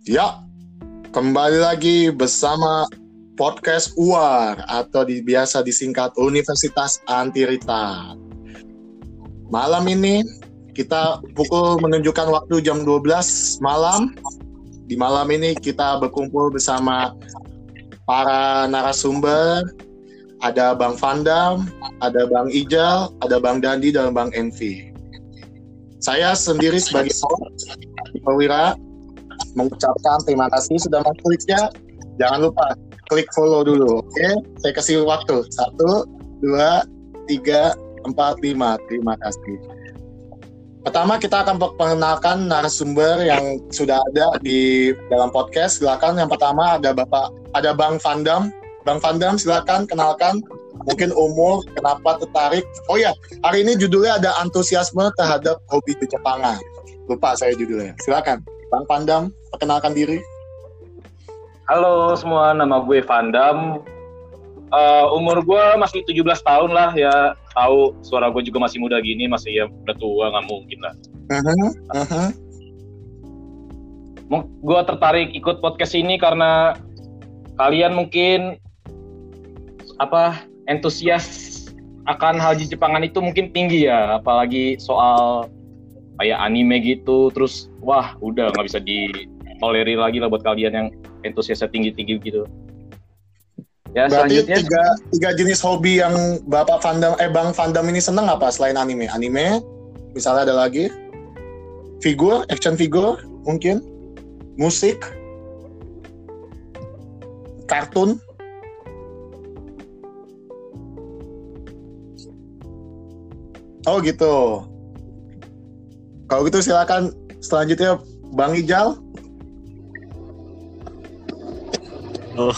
Ya, kembali lagi bersama podcast UAR atau biasa disingkat Universitas Antiritat. Malam ini kita menunjukkan waktu jam 12 malam. Di malam ini kita berkumpul bersama para narasumber. Ada Bang Vandam, ada Bang Ijal, ada Bang Dandi, dan Bang Envy. Saya sendiri sebagai host, Wira, mengucapkan terima kasih sudah mengkliknya. Jangan lupa klik follow dulu, oke? Saya kasih waktu 1, 2, 3, 4, 5. Terima kasih. Pertama kita akan perkenalkan narasumber yang sudah ada di dalam podcast. Silakan yang pertama ada Bang Vandam. Bang Vandam, silakan kenalkan. Mungkin umur, kenapa tertarik. Oh ya, hari ini judulnya ada antusiasme terhadap hobi Jepangan. Lupa saya judulnya. Silakan, Bang Vandam, perkenalkan diri. Halo semua, nama gue Vandam. Umur gue masih 17 tahun lah ya. Tahu suara gue juga masih muda gini, masih ya udah tua, nggak mungkin lah. Gue tertarik ikut podcast ini karena kalian mungkin antusias akan hal Jepangan itu mungkin tinggi ya, apalagi soal kayak anime gitu. Terus wah udah nggak bisa ditolerir lagi lah buat kalian yang antusiasnya tinggi gitu. Ya, berarti selanjutnya tiga jenis hobi yang Bang Vandam ini seneng apa selain anime? Anime, misalnya ada lagi action figure mungkin, musik, kartun. Oh gitu. Kalau gitu silakan selanjutnya Bang Ijal. Oh.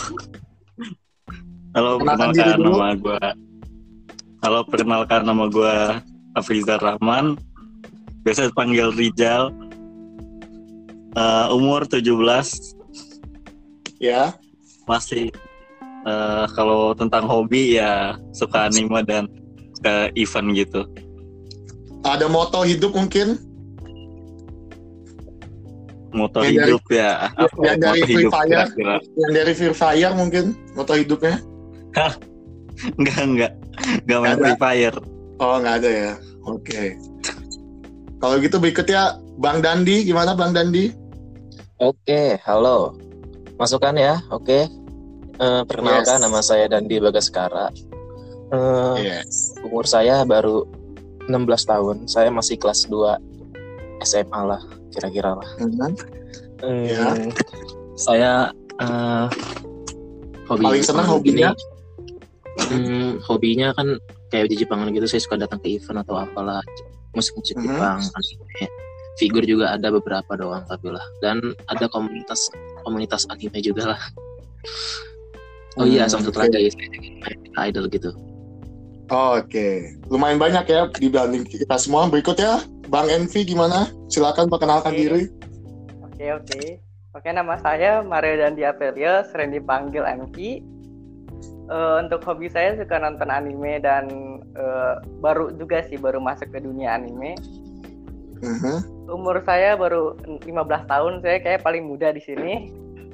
Perkenalkan nama gue Afrizal Rahman. Biasa dipanggil Rijal. Umur 17. Ya. Masih kalau tentang hobi ya suka anime dan ke event gitu. Ada moto hidup mungkin? Moto hidup ya. Yang dari Free Fire. Yang dari Free Fire mungkin moto hidupnya? Enggak main Free Fire. Oh, enggak ada ya. Oke. Kalau gitu berikutnya Bang Dandi, gimana Bang Dandi? Oke, halo. Masukkan ya, oke. Perkenalkan, nama saya Dandi Bagaskara. Umur saya baru 16 tahun. Saya masih kelas 2 SMA lah, kira-kira lah. Saya paling senang hobinya? Hobinya kan kayak di Jepangan gitu. Saya suka datang ke event atau apalah, musik-musik Jepang, anime. Figur juga ada beberapa doang tapi lah. Dan ada komunitas anime juga lah. Oh iya, sama satu lagi saya idol gitu. Oke. Lumayan banyak ya dibanding kita semua. Berikutnya Bang Envy gimana? Silakan perkenalkan diri. Oke, nama saya Mario Dandi Apelio, sering dipanggil Envy. Untuk hobi saya suka nonton anime dan baru masuk ke dunia anime. Umur saya baru 15 tahun, saya kayak paling muda di sini.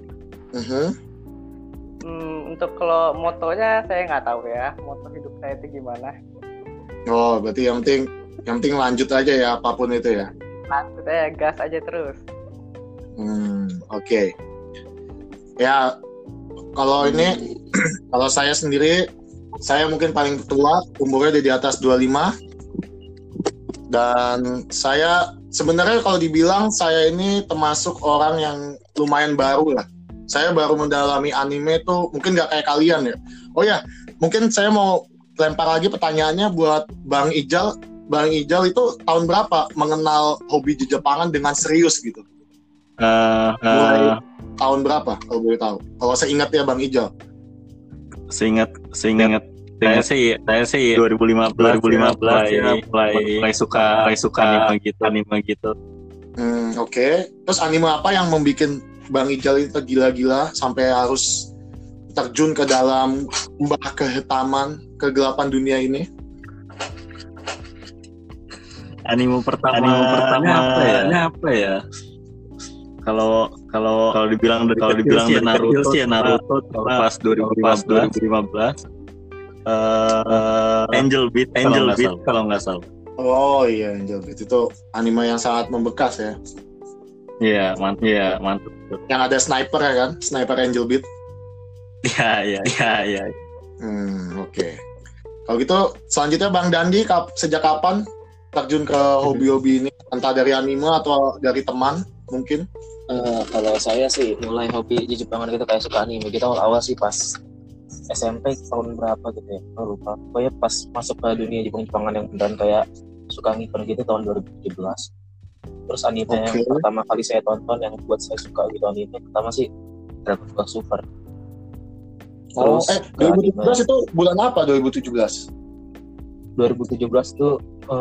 Untuk kalau motonya saya nggak tahu ya, moto hidup saya itu gimana. Oh, berarti yang penting lanjut aja ya apapun itu ya. Lanjut aja, gas aja terus. Oke. Ya, kalau saya sendiri, saya mungkin paling tua, umurnya di atas 25. Dan saya sebenarnya kalau dibilang saya ini termasuk orang yang lumayan baru lah. Saya baru mendalami anime tuh mungkin nggak kayak kalian ya. Oh ya, mungkin saya mau lempar lagi pertanyaannya buat Bang Ijal. Bang Ijal itu tahun berapa mengenal hobi Jepangan dengan serius gitu? Mulai tahun berapa kalau boleh tahu? Kalau saya ingat ya Bang Ijal. Seingat saya sih 2015 mulai suka anime gitu. Oke. Terus anime apa yang membuat Bang Ijal itu gila-gila sampai harus terjun ke dalam lembah kegelapan dunia ini? Anime pertama apa ya? Kalau Kalau dibilang sih Naruto pas 2015 Angel Beat kalau nggak salah. Oh iya, Angel Beat itu anime yang sangat membekas ya. Iya, mantap. Yang ada sniper ya kan? Sniper Angel Beat. Iya. Oke. Kalau gitu selanjutnya Bang Dandi, sejak kapan terjun ke hobi-hobi ini? Entah dari anime atau dari teman mungkin? Kalau saya sih mulai hobi Jepangan gitu kayak suka anime gitu awal sih pas SMP tahun berapa gitu ya, lupa. Pokoknya pas masuk ke dunia Jepangan yang beneran kayak suka ngikut gitu tahun 2017. Terus anime yang pertama kali saya tonton yang buat saya suka gitu anime pertama sih Dragon Ball Super. Terus 2017 itu bulan apa 2017? 2017 tuh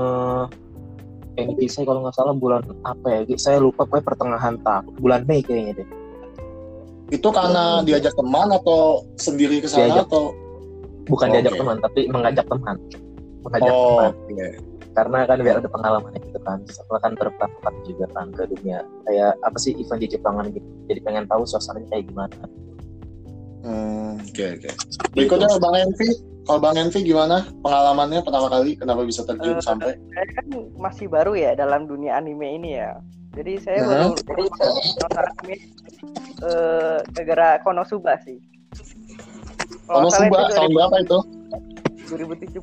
NP saya kalau nggak salah bulan apa ya? Saya lupa, pokoknya pertengahan tahun, bulan Mei kayaknya deh. Itu karena diajak teman atau sendiri ke sana atau? Bukan diajak teman, tapi mengajak teman. Teman. Okay. Karena kan biar ada pengalaman gitu kan. Setelah kan berempat juga kan ke dunia. Kayak apa sih event di Jepangan gitu. Jadi pengen tahu suasananya kayak gimana. Oke. Berikutnya Bang Envi. Kalau Bang Envi gimana pengalamannya pertama kali? Kenapa bisa terjun sampai? Saya kan masih baru ya dalam dunia anime ini ya. Jadi saya baru nonton anime gara-gara Konosuba sih. Konosuba tahun berapa itu? 2017.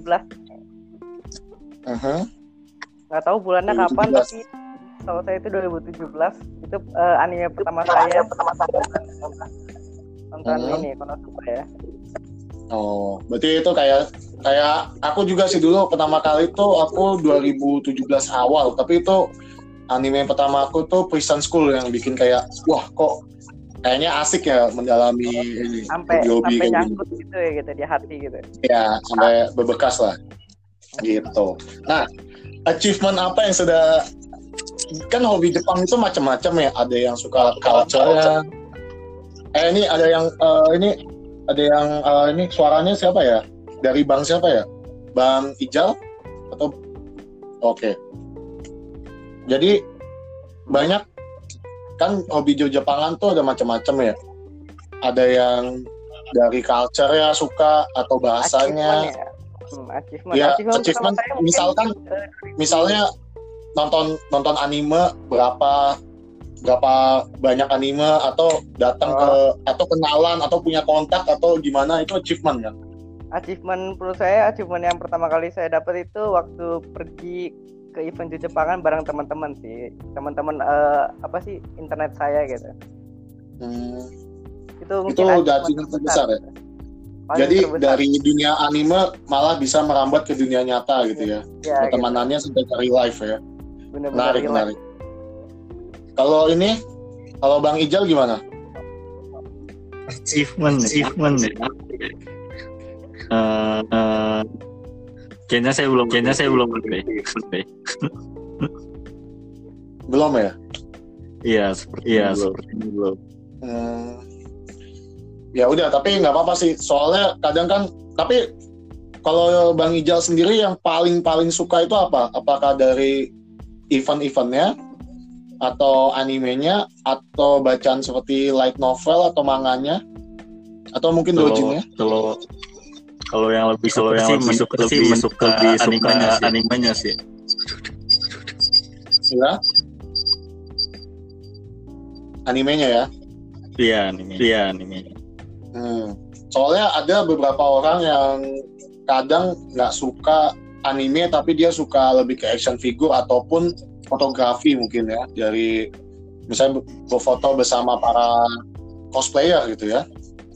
Nggak tahu bulannya 2017. Kapan, tapi kalau saya itu 2017 itu anime pertama saya nonton ini Konosuba ya. Oh, berarti itu kayak aku juga sih dulu pertama kali tuh aku 2017 awal, tapi itu anime pertama aku tuh Prison School yang bikin kayak wah kok kayaknya asik ya mendalami ini hobi sampai nyangkut gitu ya gitu di hati gitu. Ya, sampai berbekas lah. Gitu. Nah, achievement apa yang sudah kan hobi Jepang itu macam-macam ya, ada yang suka culture-nya. Ini ada yang ini suaranya siapa ya? Dari Bang siapa ya? Bang Ijal atau Oke. Jadi banyak kan hobi Jepangan tuh ada macam-macam ya. Ada yang dari culture ya suka atau bahasanya. Achievement. Misalnya nonton anime berapa banyak anime atau datang ke atau kenalan atau punya kontak atau gimana, itu achievement kan? Achievement menurut saya yang pertama kali saya dapat itu waktu pergi ke event Jepangan bareng teman-teman sih. Teman-teman internet saya gitu. Itu udah achievement terbesar ya. Jadi terbesar. Dari dunia anime malah bisa merambat ke dunia nyata gitu ya. Pertemanannya sampai ke real life ya. Menarik. Kalau Bang Ijal gimana? Achievement ya. Kayaknya saya belum deh. Belum ya? Iya, sepertinya belum. Ya udah, tapi nggak apa-apa sih. Soalnya kadang kan, tapi kalau Bang Ijal sendiri yang paling suka itu apa? Apakah dari event-eventnya atau animenya atau bacaan seperti light novel atau manganya atau mungkin doujinnya? Kalau yang lebih suka animenya sih. Ya. Animenya ya? Iya, animenya. Soalnya ada beberapa orang yang kadang nggak suka anime tapi dia suka lebih ke action figure ataupun fotografi mungkin ya, dari misalnya berfoto bersama para cosplayer gitu ya.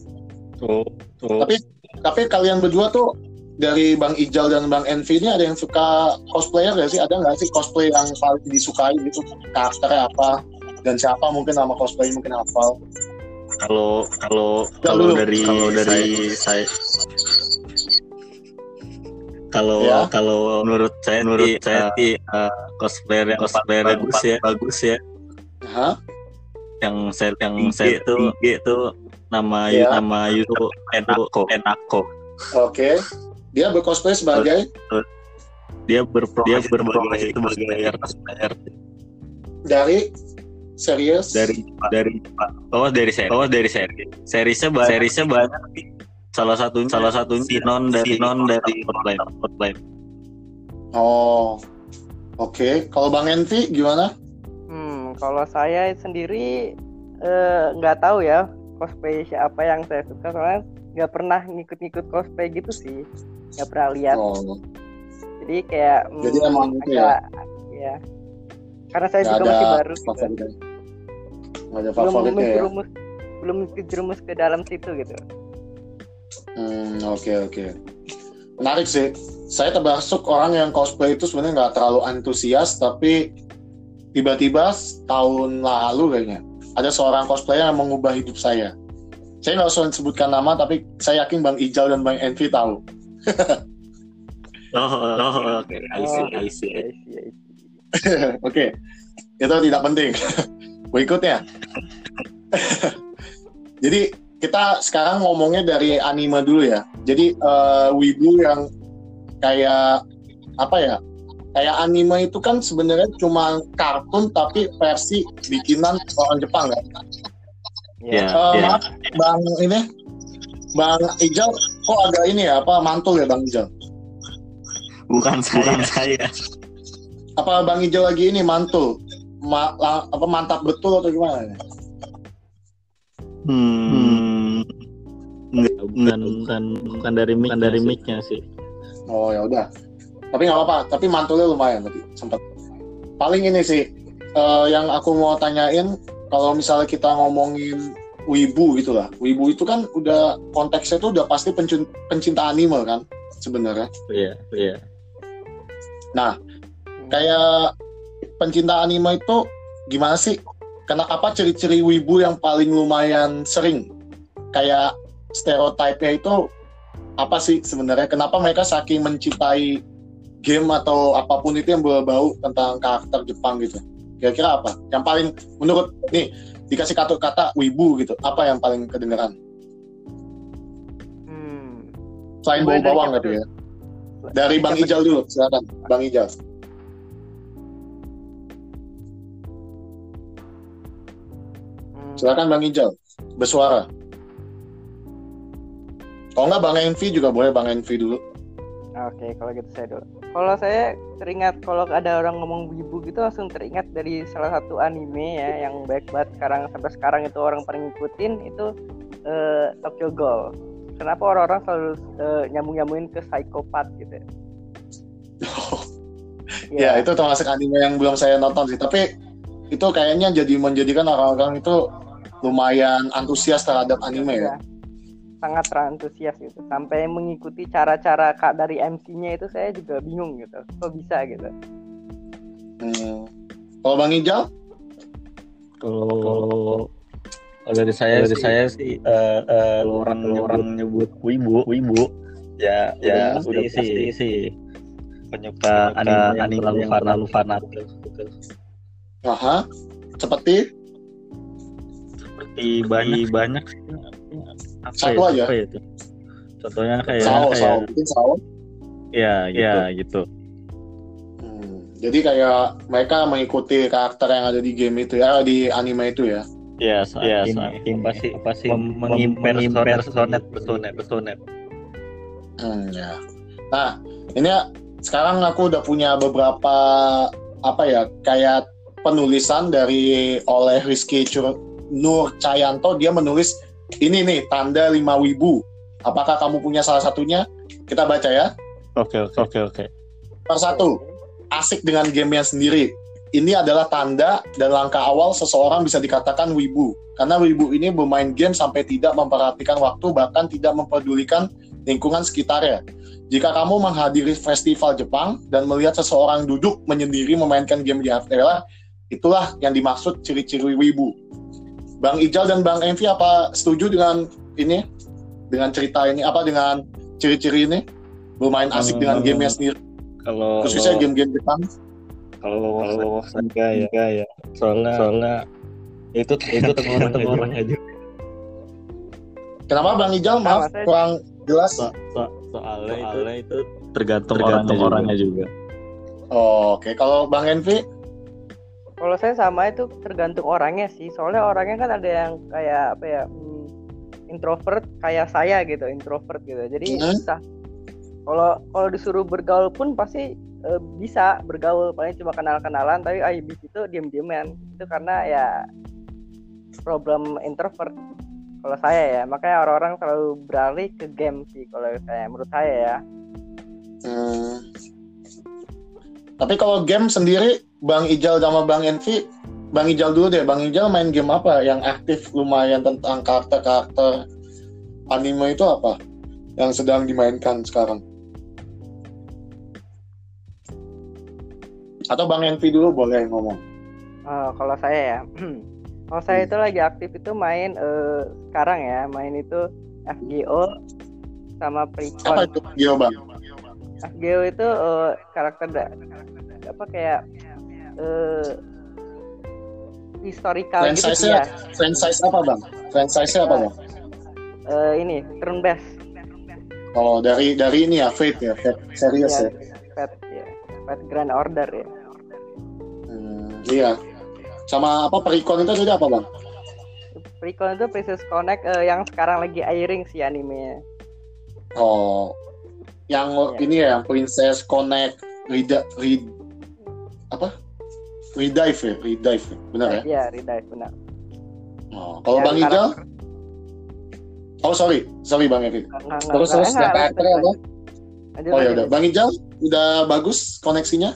Tapi kalian berdua tuh dari Bang Ijal dan Bang Envi ini ada yang suka cosplayer gak sih? Ada nggak sih cosplay yang paling disukai gitu? Karakternya apa dan siapa, mungkin nama cosplay mungkin hafal? Kalau dari saya kalau menurut saya cosplayer yang bagus ya. Yang saya itu nama YouTube Enako. Oke. Dia bercosplay sebagai dia berprofesi sebagai cosplayer. Dari Serius? Dari seri. Serisnya banyak. Salah satunya Sinon dari Hotline. Oh, oke. Kalau Bang Envy gimana? Kalau saya sendiri nggak tahu ya cosplay siapa yang saya suka, soalnya nggak pernah ngikut-ngikut cosplay gitu sih, nggak pernah lihat. Jadi kayak jadi emang itu ya karena saya juga masih baru gitu. Nggak ada favoritnya ya? Belum terjerumus ke dalam situ gitu. Oke. Menarik sih. Saya termasuk orang yang cosplay itu sebenarnya nggak terlalu antusias, tapi tiba-tiba tahun lalu kayaknya ada seorang cosplayer yang mengubah hidup saya. Saya nggak usah sebutkan nama, tapi saya yakin Bang Ijal dan Bang Envy tahu. Oke. I see. Oke, itu tidak penting. Berikutnya. Jadi kita sekarang ngomongnya dari anime dulu ya. Jadi wibu yang kayak apa ya? Kayak anime itu kan sebenarnya cuma kartun tapi versi bikinan orang Jepang kan? Maaf, Bang Ijal, kok agak ini ya? Apa mantul ya Bang Ijal? Bukan saya. Apa Bang Ijal lagi ini mantul? Apa mantap betul atau gimana? Bukan dari mic-nya sih. Oh ya udah. Tapi nggak apa-apa. Tapi mantulnya lumayan tadi sempat. Paling ini sih yang aku mau tanyain, kalau misalnya kita ngomongin wibu gitulah. Wibu itu kan udah konteksnya tuh udah pasti pencinta anime kan sebenarnya. Iya. Nah, kayak pencinta anime itu gimana sih? Apa ciri-ciri wibu yang paling lumayan sering? Kayak stereotipnya itu apa sih sebenarnya? Kenapa mereka saking mencintai game atau apapun itu yang berbau tentang karakter Jepang gitu? Kira-kira apa? Yang paling menurut nih dikasih kata wibu gitu, apa yang paling kedengeran? Selain bau bawang gitu ya. Dari Bang Ijal dulu, silakan Bang Ijal. Silakan Bang Ijal, bersuara. Kalau nggak Bang Envy juga boleh, Bang Envy dulu. Oke, kalau gitu saya dulu. Kalau saya teringat kalau ada orang ngomong wibu gitu langsung teringat dari salah satu anime ya yang baik banget sampai sekarang itu orang paling ngikutin itu Tokyo Ghoul. Kenapa orang-orang selalu nyambung-nyambungin ke psikopat gitu? Ya, itu termasuk anime yang belum saya nonton sih, tapi itu kayaknya menjadikan orang-orang itu lumayan antusias terhadap anime ya. Sangat terantusias gitu, sampai mengikuti cara-cara dari MC-nya itu saya juga bingung gitu, kok bisa gitu. Kalau Bang Ijal? Kalau dari saya sih orang nyebut wibu ya udah pasti sih penyuka anime yang terlalu fanatik gitu. Aha, seperti banyak satu aja. Apa itu? Contohnya kayak Sao. Ya, gitu. Jadi kayak mereka mengikuti karakter yang ada di game itu ya, di anime itu ya. Iya, pasti mempersonate. Ya. Nah, ini sekarang aku udah punya beberapa kayak penulisan oleh Rizky Nur Cayanto. Dia menulis ini nih tanda 5 wibu. Apakah kamu punya salah satunya? Kita baca ya. Oke. Persatu, asik dengan gamenya sendiri. Ini adalah tanda dan langkah awal seseorang bisa dikatakan wibu. Karena wibu ini bermain game sampai tidak memperhatikan waktu, bahkan tidak mempedulikan lingkungan sekitarnya. Jika kamu menghadiri festival Jepang dan melihat seseorang duduk menyendiri memainkan game di Aftera, itulah yang dimaksud ciri-ciri wibu. Bang Ijal dan Bang Envy apa setuju dengan ini? Dengan cerita ini, dengan ciri-ciri ini? Bermain asik dengan gamenya sendiri. Khususnya game-game Jepang. Kalau enggak ya. Soalnya itu orang aja. Kenapa Bang Ijal? Maaf, kurang jelas. Soalnya itu tergantung orangnya juga. Oke. Kalau Bang Envy? Kalau saya sama itu tergantung orangnya sih. Soalnya orangnya kan ada yang kayak apa ya, introvert kayak saya gitu, introvert gitu. Jadi susah. Kalau disuruh bergaul pun pasti bisa bergaul, paling cuma kenal-kenalan, tapi habis itu diem-dieman. Itu karena ya problem introvert. Kalau saya ya, makanya orang-orang selalu beralih ke game sih kalau saya, menurut saya ya. Tapi kalau game sendiri, Bang Ijal sama Bang Envy, Bang Ijal dulu deh. Bang Ijal main game apa yang aktif lumayan tentang karakter-karakter anime itu apa yang sedang dimainkan sekarang? Atau Bang Envy dulu boleh ngomong. Kalau saya ya, kalau saya itu lagi aktif itu main sekarang ya, main itu FGO sama Precon. Apa itu FGO, Bang? FGO itu karakter apa kayak historical gitu ya. Franchise apa, Bang? Franchise-nya apa, Bang? Ini turn based. Oh, dari ini ya, Fate ya, Fate serius ya. Fate Grand Order ya. Iya. Sama apa Precon itu tadi apa, Bang? Precon itu Princess Connect yang sekarang lagi airing sih animenya. Oh. Yang ini ya, yang Princess Connect Redive ya? Benar ya? Iya, Redive benar. Oh, kalau Bang Ijal? Oh, sorry Bang Evi. Terus karakternya apa? Oh ya udah, Bang Ijal udah bagus koneksinya?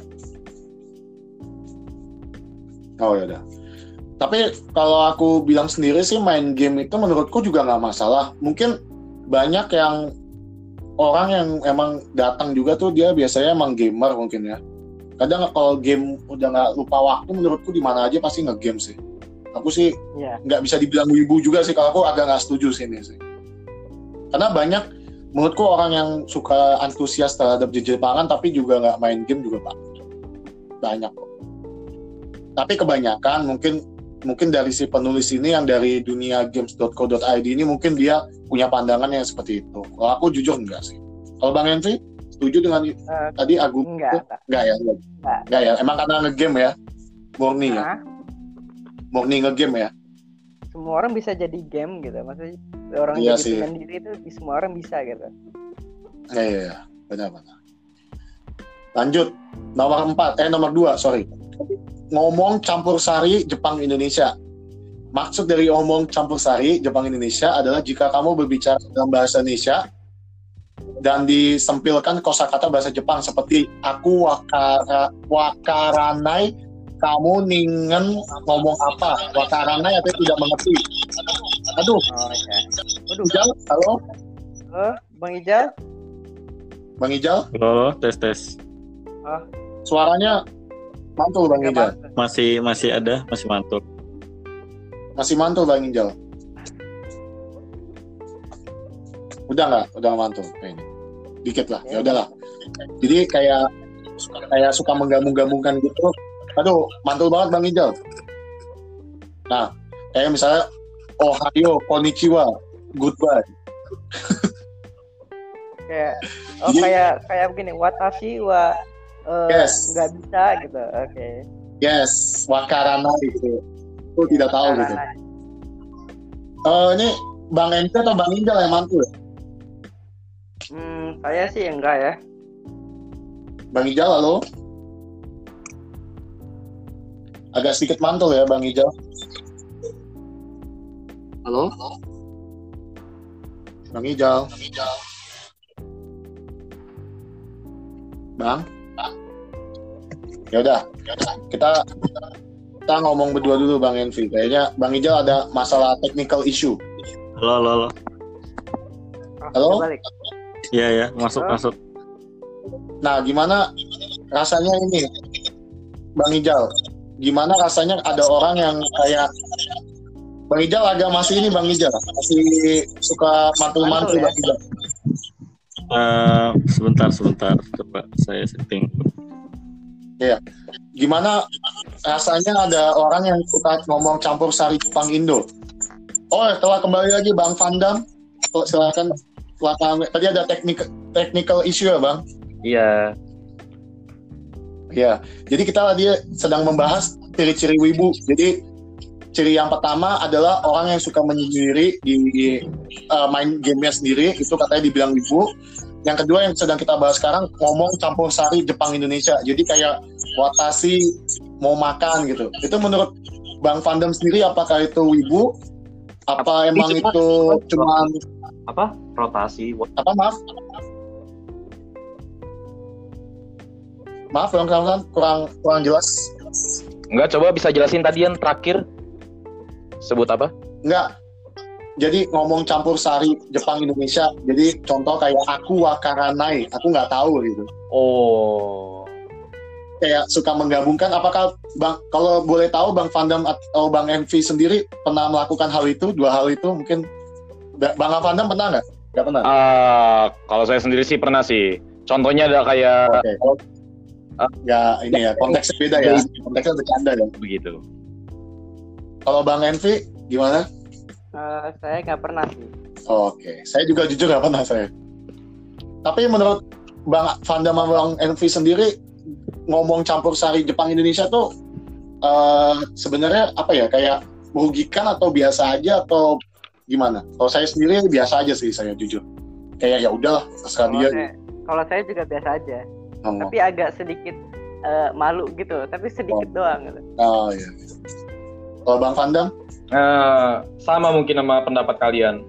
Oh ya udah. Tapi kalau aku bilang sendiri sih main game itu menurutku juga nggak masalah. Mungkin banyak yang orang yang emang datang juga tuh dia biasanya emang gamer mungkin ya. Kadang kalau game udah nggak lupa waktu, menurutku di mana aja pasti nge-game sih. Aku sih nggak bisa dibilang wibu juga sih, kalau aku agak nggak setuju sini sih. Karena banyak menurutku orang yang suka antusias terhadap Jepangan tapi juga nggak main game juga banyak kok. Tapi kebanyakan mungkin dari si penulis ini yang dari dunia games.co.id ini mungkin dia punya pandangan yang seperti itu. Kalau aku jujur enggak sih. Kalau Bang Henry setuju dengan tadi Agung? Enggak ya. Emang karena ngegame ya, murni ya, murni ngegame ya. Semua orang bisa jadi game gitu, maksudnya orang jadi sendiri itu semua orang bisa gitu. Iya, benar-benar. Lanjut nomor 2, sorry. Ngomong campur sari Jepang Indonesia. Maksud dari ngomong campur sari Jepang Indonesia adalah jika kamu berbicara dalam bahasa Indonesia dan disempilkan kosakata bahasa Jepang seperti aku wakaranai, kamu ningen ngomong apa? Wakaranai atau tidak mengerti. Aduh. Ijal, halo? Bang Ijal? Bang Ijal? Halo, tes. Suaranya mantul Bang Ijal. Masih ada, masih mantul. Masih mantul Bang Ijal. Udah nggak? Udah mantul kayaknya. Dikit lah. Ya udahlah. Jadi kayak suka menggabung-gabungkan gitu. Aduh, mantul banget Bang Ijal. Nah, kayak misalnya Ohayo, konnichiwa, goodbye. kayak begini, watashi wa nggak bisa gitu. Oke. Yes, wakaranai gitu. Aku tidak tahu gitu. Ini Bang Ente atau Bang Ijal yang mantul ya? Saya sih enggak ya. Bang Ijal, halo? Agak sedikit mantul ya Bang Ijal. Halo? Bang Ijal. Bang? Ya udah, kita ngomong berdua dulu Bang Envy. Kayaknya Bang Ijal ada masalah technical issue. Halo. Halo? Iya, masuk. Nah, gimana rasanya ini, Bang Ijal? Gimana rasanya ada orang yang kayak Bang Ijal agak masih ini Bang Ijal, masih suka mantul-mantul Bang Ijal. Sebentar, coba saya setting. Iya. Gimana rasanya ada orang yang suka ngomong campur sari Jepang Indo? Oh, telah kembali lagi Bang Vandam. Silakan. Tadi ada technical issue ya, Bang? Iya. Iya. Jadi kita tadi sedang membahas ciri-ciri wibu. Jadi ciri yang pertama adalah orang yang suka menyendiri di main gamenya sendiri, itu katanya dibilang wibu. Yang kedua yang sedang kita bahas sekarang, ngomong campur sari Jepang Indonesia. Jadi kayak watashi mau makan gitu. Itu menurut Bang Fandom sendiri apakah itu wibu? Apa emang itu cuma apa? Rotasi. apa maaf kurang jelas. Enggak, coba bisa jelasin tadi yang terakhir. Sebut apa? Enggak. Jadi ngomong campur sari Jepang Indonesia. Jadi contoh kayak aku wakaranai, aku nggak tahu gitu. Oh. Kayak suka menggabungkan. Apakah Bang, kalau boleh tahu Bang Fandom atau Bang Envy sendiri pernah melakukan hal itu, dua hal itu mungkin? Bang Fandom pernah nggak? Nggak pernah. Kalau saya sendiri sih pernah sih. Contohnya ada kayak ya ini ya konteksnya beda ya. Konteksnya bercanda ya. begitu. Kalau Bang Envy gimana? Saya nggak pernah sih. Oke, saya juga jujur nggak pernah saya. Tapi menurut Bang Fandom sama Bang Envy sendiri, ngomong campur sari Jepang Indonesia tuh sebenarnya apa ya, kayak merugikan atau biasa aja atau gimana? Kalau saya sendiri biasa aja sih, saya jujur. Kayak ya udahlah, terserah dia. Kalau saya juga biasa aja. Tapi agak sedikit malu gitu, tapi sedikit doang gitu. Oh iya. Kalau Bang Fandom? Sama mungkin sama pendapat kalian.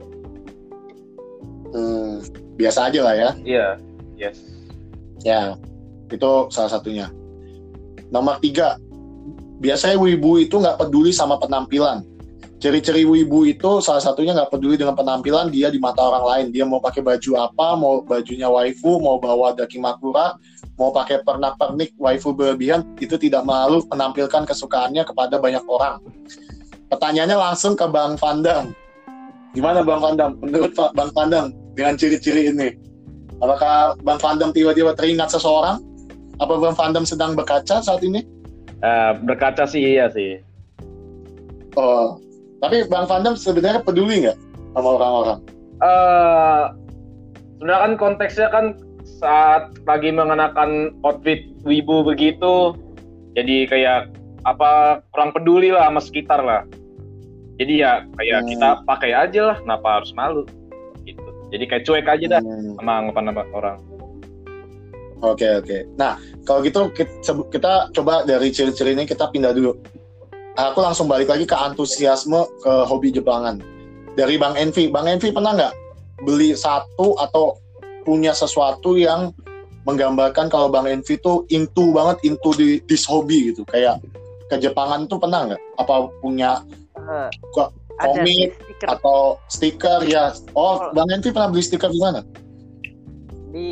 Biasa aja lah ya. Iya, yes. Ya, itu salah satunya. Nomor 3, biasanya wibu itu nggak peduli sama penampilan. Ciri-ciri wibu itu salah satunya nggak peduli dengan penampilan dia di mata orang lain. Dia mau pakai baju apa, mau bajunya waifu, mau bawa dakimakura, mau pakai pernak-pernik waifu berlebihan, itu tidak malu menampilkan kesukaannya kepada banyak orang. Pertanyaannya langsung ke Bang Fandom. Gimana Bang Fandom? Menurut Bang Fandom dengan ciri-ciri ini, apakah Bang Fandom tiba-tiba teringat seseorang? Apa Bang Fandom sedang berkaca saat ini? Berkaca sih iya sih. Oh, tapi Bang Fandom sebenarnya peduli nggak sama orang-orang? Sebenarnya kan konteksnya kan saat lagi mengenakan outfit wibu begitu, jadi kayak kurang peduli lah sama sekitar lah. Jadi ya kayak kita pakai aja lah, kenapa harus malu gitu. Jadi kayak cuek aja dah sama anggapan orang. Oke. Nah, kalau gitu kita coba dari ciri-ciri ini kita pindah dulu. Aku langsung balik lagi ke antusiasme ke hobi Jepangan. Dari Bang Envy. Bang Envy pernah nggak beli satu atau punya sesuatu yang menggambarkan kalau Bang Envy tuh into di this hobby gitu, kayak ke Jepangan tuh pernah nggak? Apa punya komik atau stiker ya? Oh, Bang Envy pernah beli stiker di mana? Di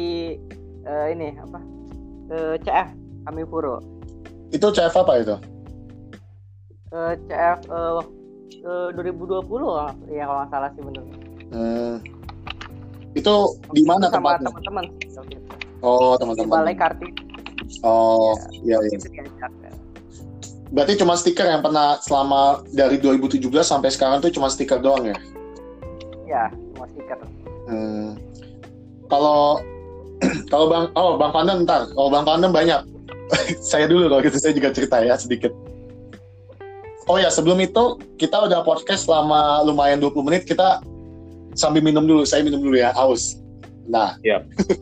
CF Kamifuro. Itu CF apa itu? CF 2020 ya kalau nggak salah sih bener. Itu di mana sama tempatnya? Teman-teman. Oh, teman-teman. Di Balai Kartini. Oh, iya. Ya. Berarti cuma stiker yang pernah selama dari 2017 sampai sekarang tuh cuma stiker doang ya? Ya, cuma stiker. Kalau Bang Fandom ntar. Kalau Bang Fandom banyak. Saya dulu kalau gitu, saya juga cerita ya sedikit. Oh ya, sebelum itu kita udah podcast selama lumayan 20 menit, kita sambil minum dulu. Saya minum dulu ya, haus. Nah. Yep.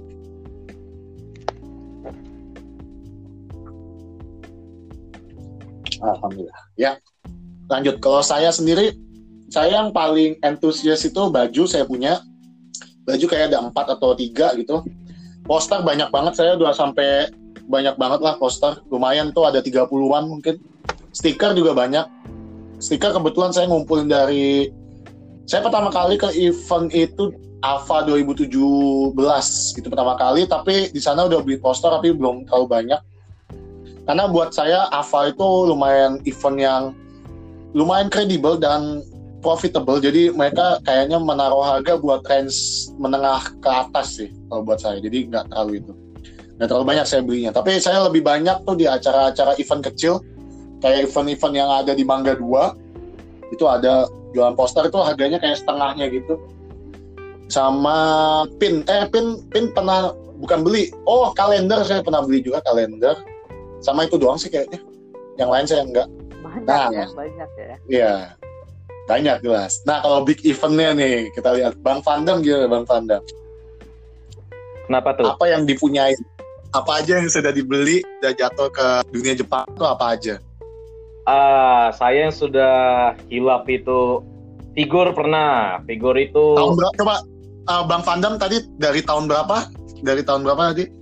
Alhamdulillah. Ya. Lanjut. Kalau saya sendiri, saya yang paling antusias itu baju. Saya punya baju kayak ada 4 atau 3 gitu. Poster banyak banget, saya udah sampai banyak banget lah poster. Lumayan tuh, ada 30-an mungkin. Stiker juga banyak. Stiker kebetulan saya ngumpulin dari... Saya pertama kali ke event itu AVA 2017. Itu pertama kali, tapi di sana udah beli poster tapi belum terlalu banyak. Karena buat saya AVA itu lumayan event yang lumayan kredibel dan profitable. Jadi mereka kayaknya menaruh harga buat range menengah ke atas sih kalau buat saya. Jadi nggak terlalu itu. Nggak terlalu banyak saya belinya. Tapi saya lebih banyak tuh di acara-acara event kecil. Kayak event-event yang ada di Mangga 2. Itu ada jualan poster, itu harganya kayak setengahnya gitu. Sama pin pernah bukan beli. Oh, kalender saya pernah beli juga, kalender. Sama itu doang sih kayaknya. Yang lain saya enggak. Banyak ya. Iya. Banyak jelas. Nah, kalau big eventnya nih, kita lihat Bang Vandam gimana Bang Vandam? Kenapa tuh? Apa yang dipunyai? Apa aja yang sudah dibeli dan jatuh ke dunia Jepang itu apa aja? Saya yang sudah hilap itu figur pernah. Figur itu Tahun berapa? Coba Bang Vandam tadi dari tahun berapa? Dari tahun berapa tadi?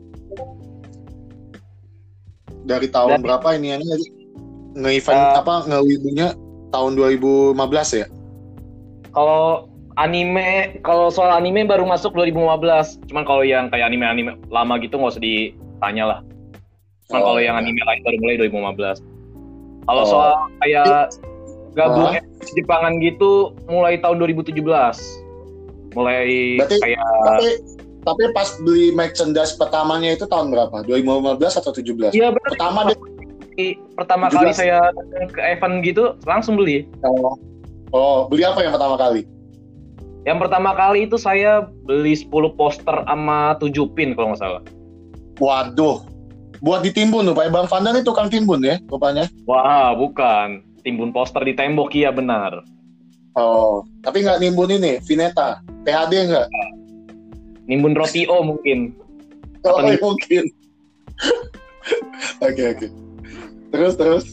Dari tahun berapa ini tadi? Nge-event nge-wibunya tahun 2015 ya? Kalau soal anime baru masuk 2015. Cuman kalau yang kayak anime lama gitu nggak usah ditanya lah. Cuman kalau yang anime lain baru mulai 2015. Kalau soal kayak gabung Jepangan gitu mulai tahun 2017. Mulai berarti, kayak tapi pas beli merchandise pertamanya itu tahun berapa? 2015 atau 17? Iya benar. Pertama 17. kali saya ke event gitu langsung beli. Beli apa yang pertama kali? Yang pertama kali itu saya beli 10 poster sama 7 pin kalau nggak salah. Waduh, buat ditimbun tuh, Pak Bang Vandam itu tukang timbun ya rupanya? Wah, bukan. Timbun poster di tembok, iya benar. Tapi nggak nimbun ini, Vineta, PHD nggak? Nimbun Rotio mungkin. Mungkin. Oke. Terus.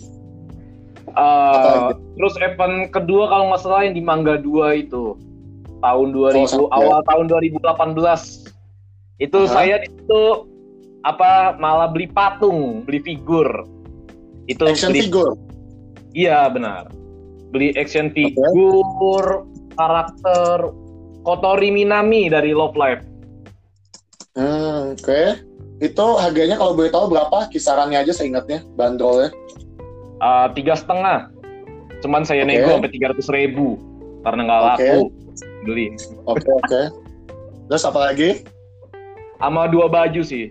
Terus event kedua kalau nggak salah yang di Mangga 2 itu tahun 2000 awal tahun 2018 itu saya itu malah beli figur itu action figure. Iya benar, beli action figure karakter Kotori Minami dari Love Live. Oke. Itu harganya kalau boleh tahu berapa? Kisarannya aja saya ingatnya, bandrolnya. 3,5. Cuman saya nego sampai 300.000 karena nggak laku beli. Oke. Terus apa lagi? Sama 2 baju sih.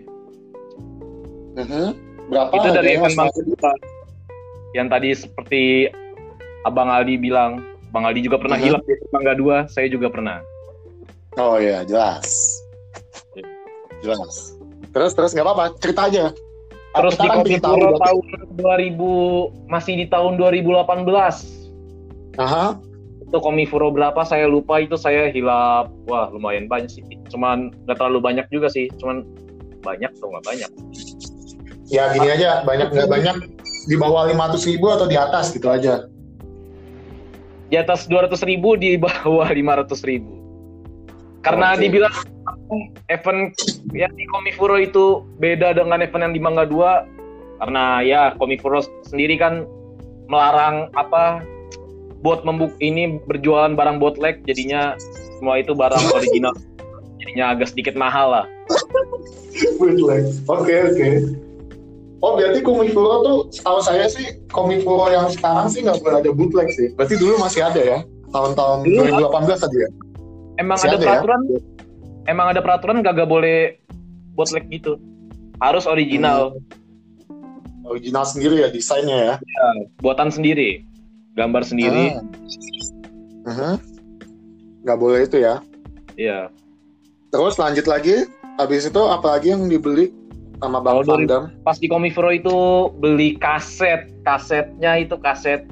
Berapa? Itu dari event Mangga 2. Yang tadi seperti Abang Aldi bilang, Bang Aldi juga pernah hilap di Mangga 2, saya juga pernah. Oh iya, jelas. Terus nggak apa-apa, cerita aja. Terus di Komifuro tahun 2000, masih di tahun 2018. Itu Komifuro berapa saya lupa, itu saya hilap. Wah, lumayan banyak sih. Cuman nggak terlalu banyak juga sih. Cuman banyak atau nggak banyak. Ya gini aja, banyak nggak banyak, di bawah 500.000 atau di atas gitu aja. Di atas 200.000, di bawah 500.000. Karena dibilang event yang di Komifuro itu beda dengan event yang di Mangga 2 karena ya Komifuro sendiri kan melarang buat berjualan barang bootleg, jadinya semua itu barang original, jadinya agak sedikit mahal lah. Bootleg. Oke. Oh berarti Komifuro tuh setahu saya sih Komifuro yang sekarang sih nggak boleh ada bootleg sih. Berarti dulu masih ada ya, tahun-tahun 2018 tadi ya. Emang ada peraturan, emang ada peraturan gak boleh bootleg gitu, harus original. Original sendiri ya desainnya ya. Ya, buatan sendiri, gambar sendiri. Gak boleh itu ya. Iya. Terus lanjut lagi, habis itu apa lagi yang dibeli sama Bang Vandam? Pas di Komifuro itu beli kasetnya itu kaset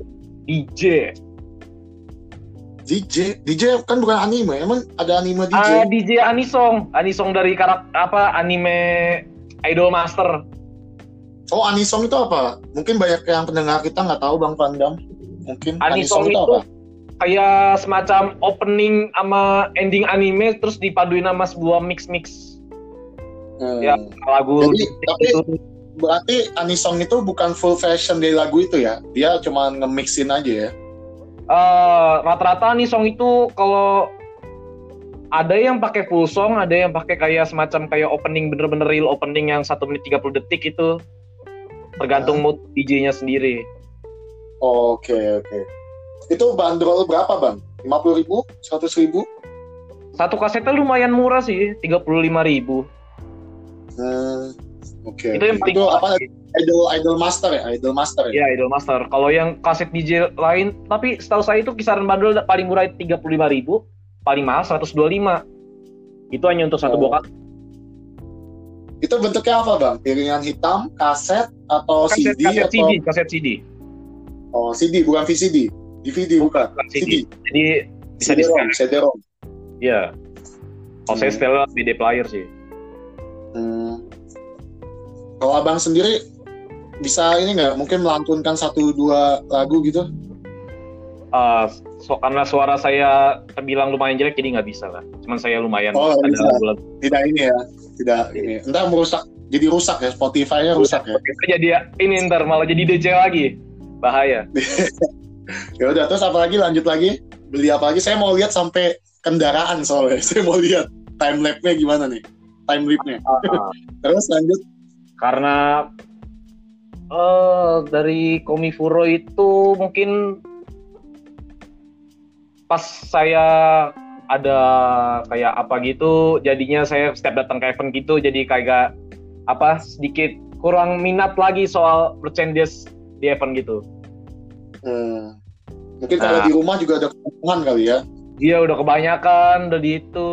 DJ kan bukan anime, emang ada anime DJ? DJ Anisong dari anime Idol Master. Oh, Anisong itu apa? Mungkin banyak yang pendengar kita nggak tahu Bang Vandam. Mungkin Anisong itu apa? Kayak semacam opening sama ending anime terus dipaduin sama sebuah mix. Ya lagu. Tapi berarti Anisong itu bukan full version dari lagu itu ya? Dia cuma nge-mixin aja ya? Rata-rata nih song itu kalau ada yang pakai full song, ada yang pakai kayak semacam kayak opening, bener-bener real opening yang 1 menit 30 detik itu tergantung mood DJ-nya sendiri. Oke. Itu bandrol berapa Bang? 50.000? 100.000? Satu kasetnya lumayan murah sih, 35.000. Oke. Itu yang paling Idol Master ya? Idol Master ya? Iya, Idol Master. Kalau yang kaset DJ lain, tapi setahu saya itu kisaran bandrol paling murah 35.000, paling mahal 125. Itu hanya untuk satu buah kaset. Itu bentuknya apa Bang? Piringan hitam, kaset, atau kaset, CD? Kaset CD. Oh, CD bukan VCD. DVD bukan. Bukan CD. Jadi bisa di CD-ROM, CD-ROM. Iya. Kalau saya setelah CD player sih. Kalau abang sendiri bisa ini nggak? Mungkin melantunkan 1-2 lagu gitu? Karena suara saya terbilang lumayan jelek, jadi nggak bisa lah. Cuman saya lumayan Oh, ada bisa. lagu-lagu. Tidak ini ya. Tidak ini. Entar merusak. Jadi rusak ya. Spotify-nya rusak ya. Jadi ini ntar malah jadi DJ lagi. Bahaya. Ya udah, terus apa lagi? Lanjut lagi. Beli apa lagi? Saya mau lihat sampai kendaraan soalnya. Saya mau lihat time lapse-nya gimana nih. Time lapse-nya. Terus lanjut. Karena dari Komifuro itu mungkin pas saya ada kayak apa gitu, jadinya saya setiap datang ke event gitu jadi kayak sedikit kurang minat lagi soal merchandise di event gitu. Mungkin kalau di rumah juga ada kebutuhan kali ya. Iya, udah kebanyakan udah di itu.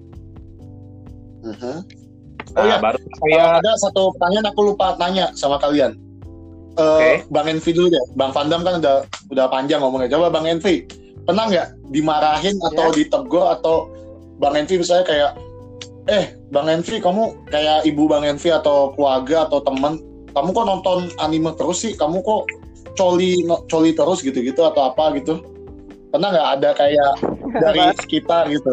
Oh ya, baru saya ada satu pertanyaan aku lupa tanya sama kalian. Bang Envy dulu deh. Bang Vandam kan udah panjang ngomongnya. Coba Bang Envy, pernah nggak dimarahin atau ditegur atau Bang Envy misalnya kayak Bang Envy, kamu kayak ibu Bang Envy atau keluarga atau teman, kamu kok nonton anime terus sih, kamu kok coli terus gitu-gitu atau apa gitu? Pernah nggak ada kayak dari sekitar gitu?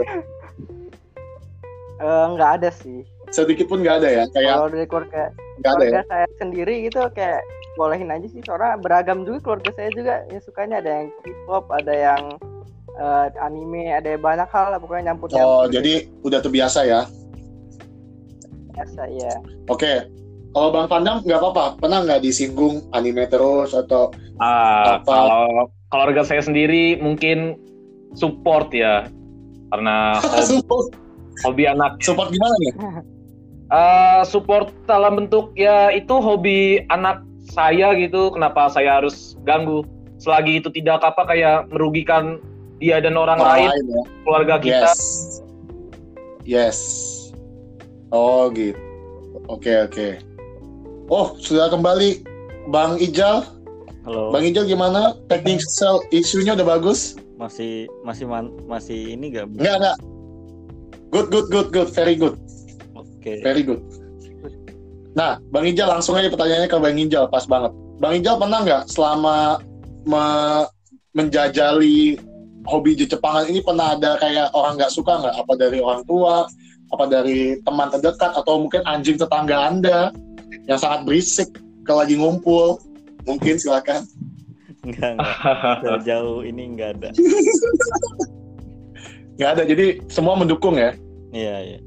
Nggak ada sih. Sedikit pun nggak ada ya? Kayak Kalau dari keluarga ada ya? saya sendiri gitu kayak bolehin aja sih, soalnya beragam juga keluarga saya juga. Ya sukanya ada yang K-pop, ada yang anime, ada banyak hal lah pokoknya nyampur. Oh, jadi udah terbiasa ya? Biasa ya. Oke. Kalau Bang Pandam nggak apa-apa, pernah nggak disinggung anime terus atau apa? Kalau keluarga saya sendiri mungkin support ya, karena hobi anak. Support gimana nih? Support dalam bentuk ya itu hobi anak saya gitu, kenapa saya harus ganggu selagi itu tidak kayak merugikan dia dan orang lain ya? Keluarga kita. Yes. Oh gitu. Oke. Oh, sudah kembali Bang Ijal. Halo. Bang Ijal gimana? Technical isunya udah bagus? Masih ini enggak? Enggak. Good. Very good. Oke. Very good. Nah, Bang Ijal langsung aja pertanyaannya ke Bang Ijal, pas banget. Bang Ijal pernah nggak selama menjajali hobi Jepangan ini pernah ada kayak orang nggak suka nggak? Apa dari orang tua, apa dari teman terdekat, atau mungkin anjing tetangga Anda yang sangat berisik kalau lagi ngumpul? Mungkin silakan. Enggak. Sejauh ini enggak ada. Nggak ada, jadi semua mendukung ya? Iya.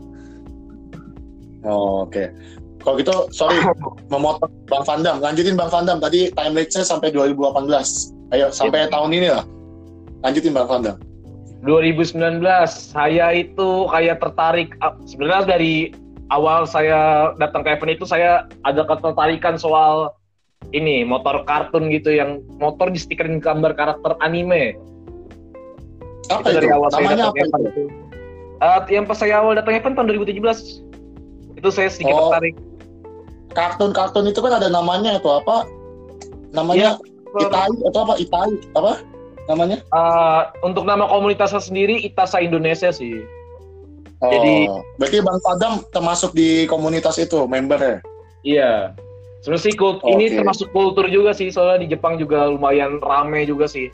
Oh, oke. Kalau gitu, sorry memotong Bang Vandam. Lanjutin Bang Vandam. Tadi timeline-nya sampai 2018. Ayo, sampai tahun ini lah. Lanjutin Bang Vandam. 2019, saya itu kayak tertarik. Sebenarnya dari awal saya datang ke event itu, saya ada ketertarikan soal ini, motor kartun gitu, yang motor distikerin gambar karakter anime. Apa itu? Dari awal Namanya apa event itu? Yang pas saya awal datang event tahun 2017, itu saya sedikit tertarik. Kartun itu kan ada namanya itu apa? Namanya Itai atau apa? Itai apa namanya? Untuk nama komunitasnya sendiri Itasa Indonesia sih. Oh, jadi berarti Bang Padam termasuk di komunitas itu, membernya? Iya. Sebenarnya sih ini termasuk kultur juga sih, soalnya di Jepang juga lumayan rame juga sih.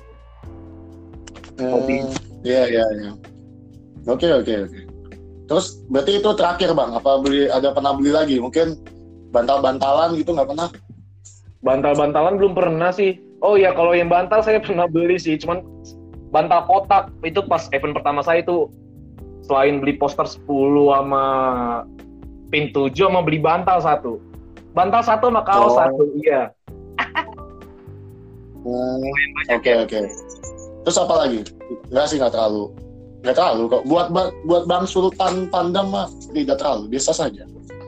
Iya. Oke. Terus berarti itu terakhir Bang? Apa pernah beli lagi? Mungkin bantal-bantalan gitu nggak pernah? Bantal-bantalan belum pernah sih. Oh ya, kalau yang bantal saya pernah beli sih, cuman bantal kotak itu pas event pertama saya itu, selain beli poster 10 sama pin 7 sama beli bantal 1. Bantal 1 sama kaos 1, iya. Oke. Terus apa lagi? Nggak terlalu kok. Buat Bang Sultan Pandam mah tidak terlalu, biasa saja.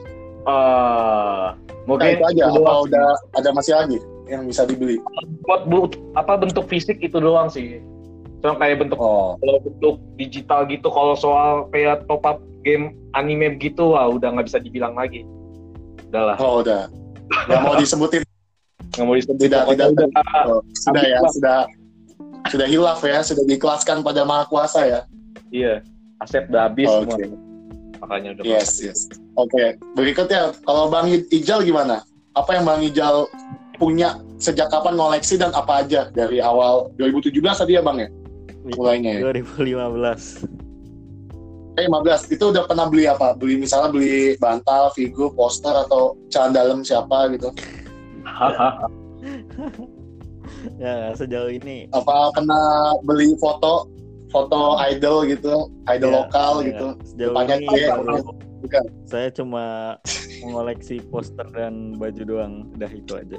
Mungkin itu aja. Apa udah ada masih lagi yang bisa dibeli? Buat bentuk fisik itu doang sih. Cuma kayak kalau bentuk digital gitu, kalau soal kayak top up game anime gitu, udah nggak bisa dibilang lagi. Udahlah. Oh udah. Nggak mau disebutin. Nggak mau disebut. Tidak Udah, sudah ya, sudah hilaf ya, sudah diikhlaskan pada Maha Kuasa ya. Iya, aset udah habis semua. Oke. Makanya udah. Yes. Oke, berikutnya kalau Bang Ijal gimana? Apa yang Bang Ijal punya sejak kapan ngoleksi dan apa aja dari awal 2017 tadi ya Bang ya? Mulainya ya. 2015. 15 itu udah pernah beli apa? Misalnya beli bantal, figur, poster atau celana dalam siapa gitu? Ya, sejauh ini Apa pernah beli foto idol gitu, idol ya, lokal ya, gitu? sejauh Depannya ini T, bukan? saya cuma mengoleksi poster dan baju doang, udah itu aja.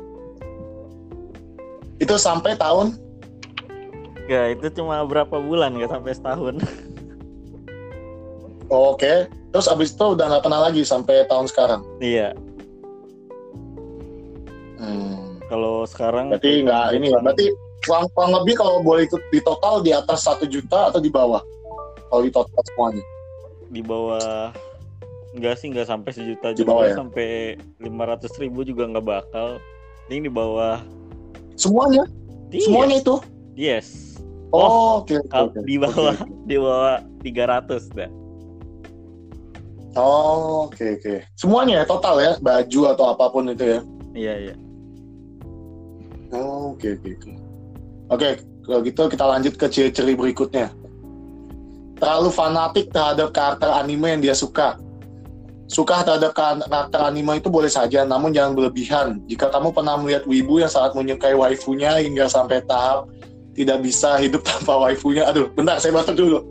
Itu sampai tahun? Ya, itu cuma berapa bulan, nggak sampai setahun. Oke. Terus abis itu udah nggak pernah lagi sampai tahun sekarang? Iya. Kalau sekarang Berarti nggak ini ya. Berarti kurang lebih kalau boleh ikut di total di atas 1 juta atau di bawah? Kalau di total semuanya? di bawah, nggak sih, nggak sampai 1 juta Di juga, bawah ya? sampai 500.000 juga nggak bakal. Ini di bawah. Semuanya? Iya. Semuanya itu? Yes. Oh, oke. Di bawah, di bawah 300 dah. Oh, oke. Semuanya ya total ya, baju atau apapun itu ya. Iya. Oh, oke. Oke, kalau gitu kita lanjut ke ciri-ciri berikutnya. Terlalu fanatik terhadap karakter anime yang dia suka. Suka terhadap karakter anime itu boleh saja, namun jangan berlebihan. Jika kamu pernah melihat wibu yang sangat menyukai waifunya hingga sampai tahap tidak bisa hidup tanpa waifunya. Aduh, bentar, saya batuk dulu.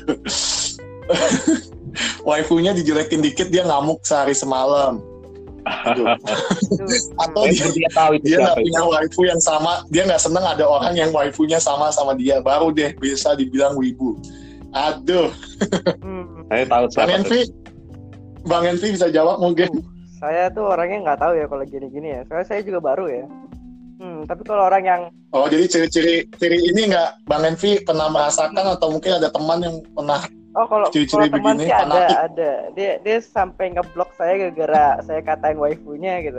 Waifunya dijelekin dikit, dia ngamuk sehari semalam. Aduh. Atau dia nggak punya waifu yang sama, dia nggak seneng ada orang yang waifunya sama dia, baru deh bisa dibilang wibu. Aduh. Saya tahu siapa. Bang Envi bisa jawab mungkin. Saya tuh orangnya nggak tahu ya kalau gini-gini ya. Soalnya saya juga baru ya. Tapi kalau orang yang jadi ciri ini nggak Bang Envi pernah merasakan atau mungkin ada teman yang pernah kalau ciri-ciri teman begini, sih fanatik. ada. Dia sampai ngeblok saya gara-gara saya katain waifunya gitu.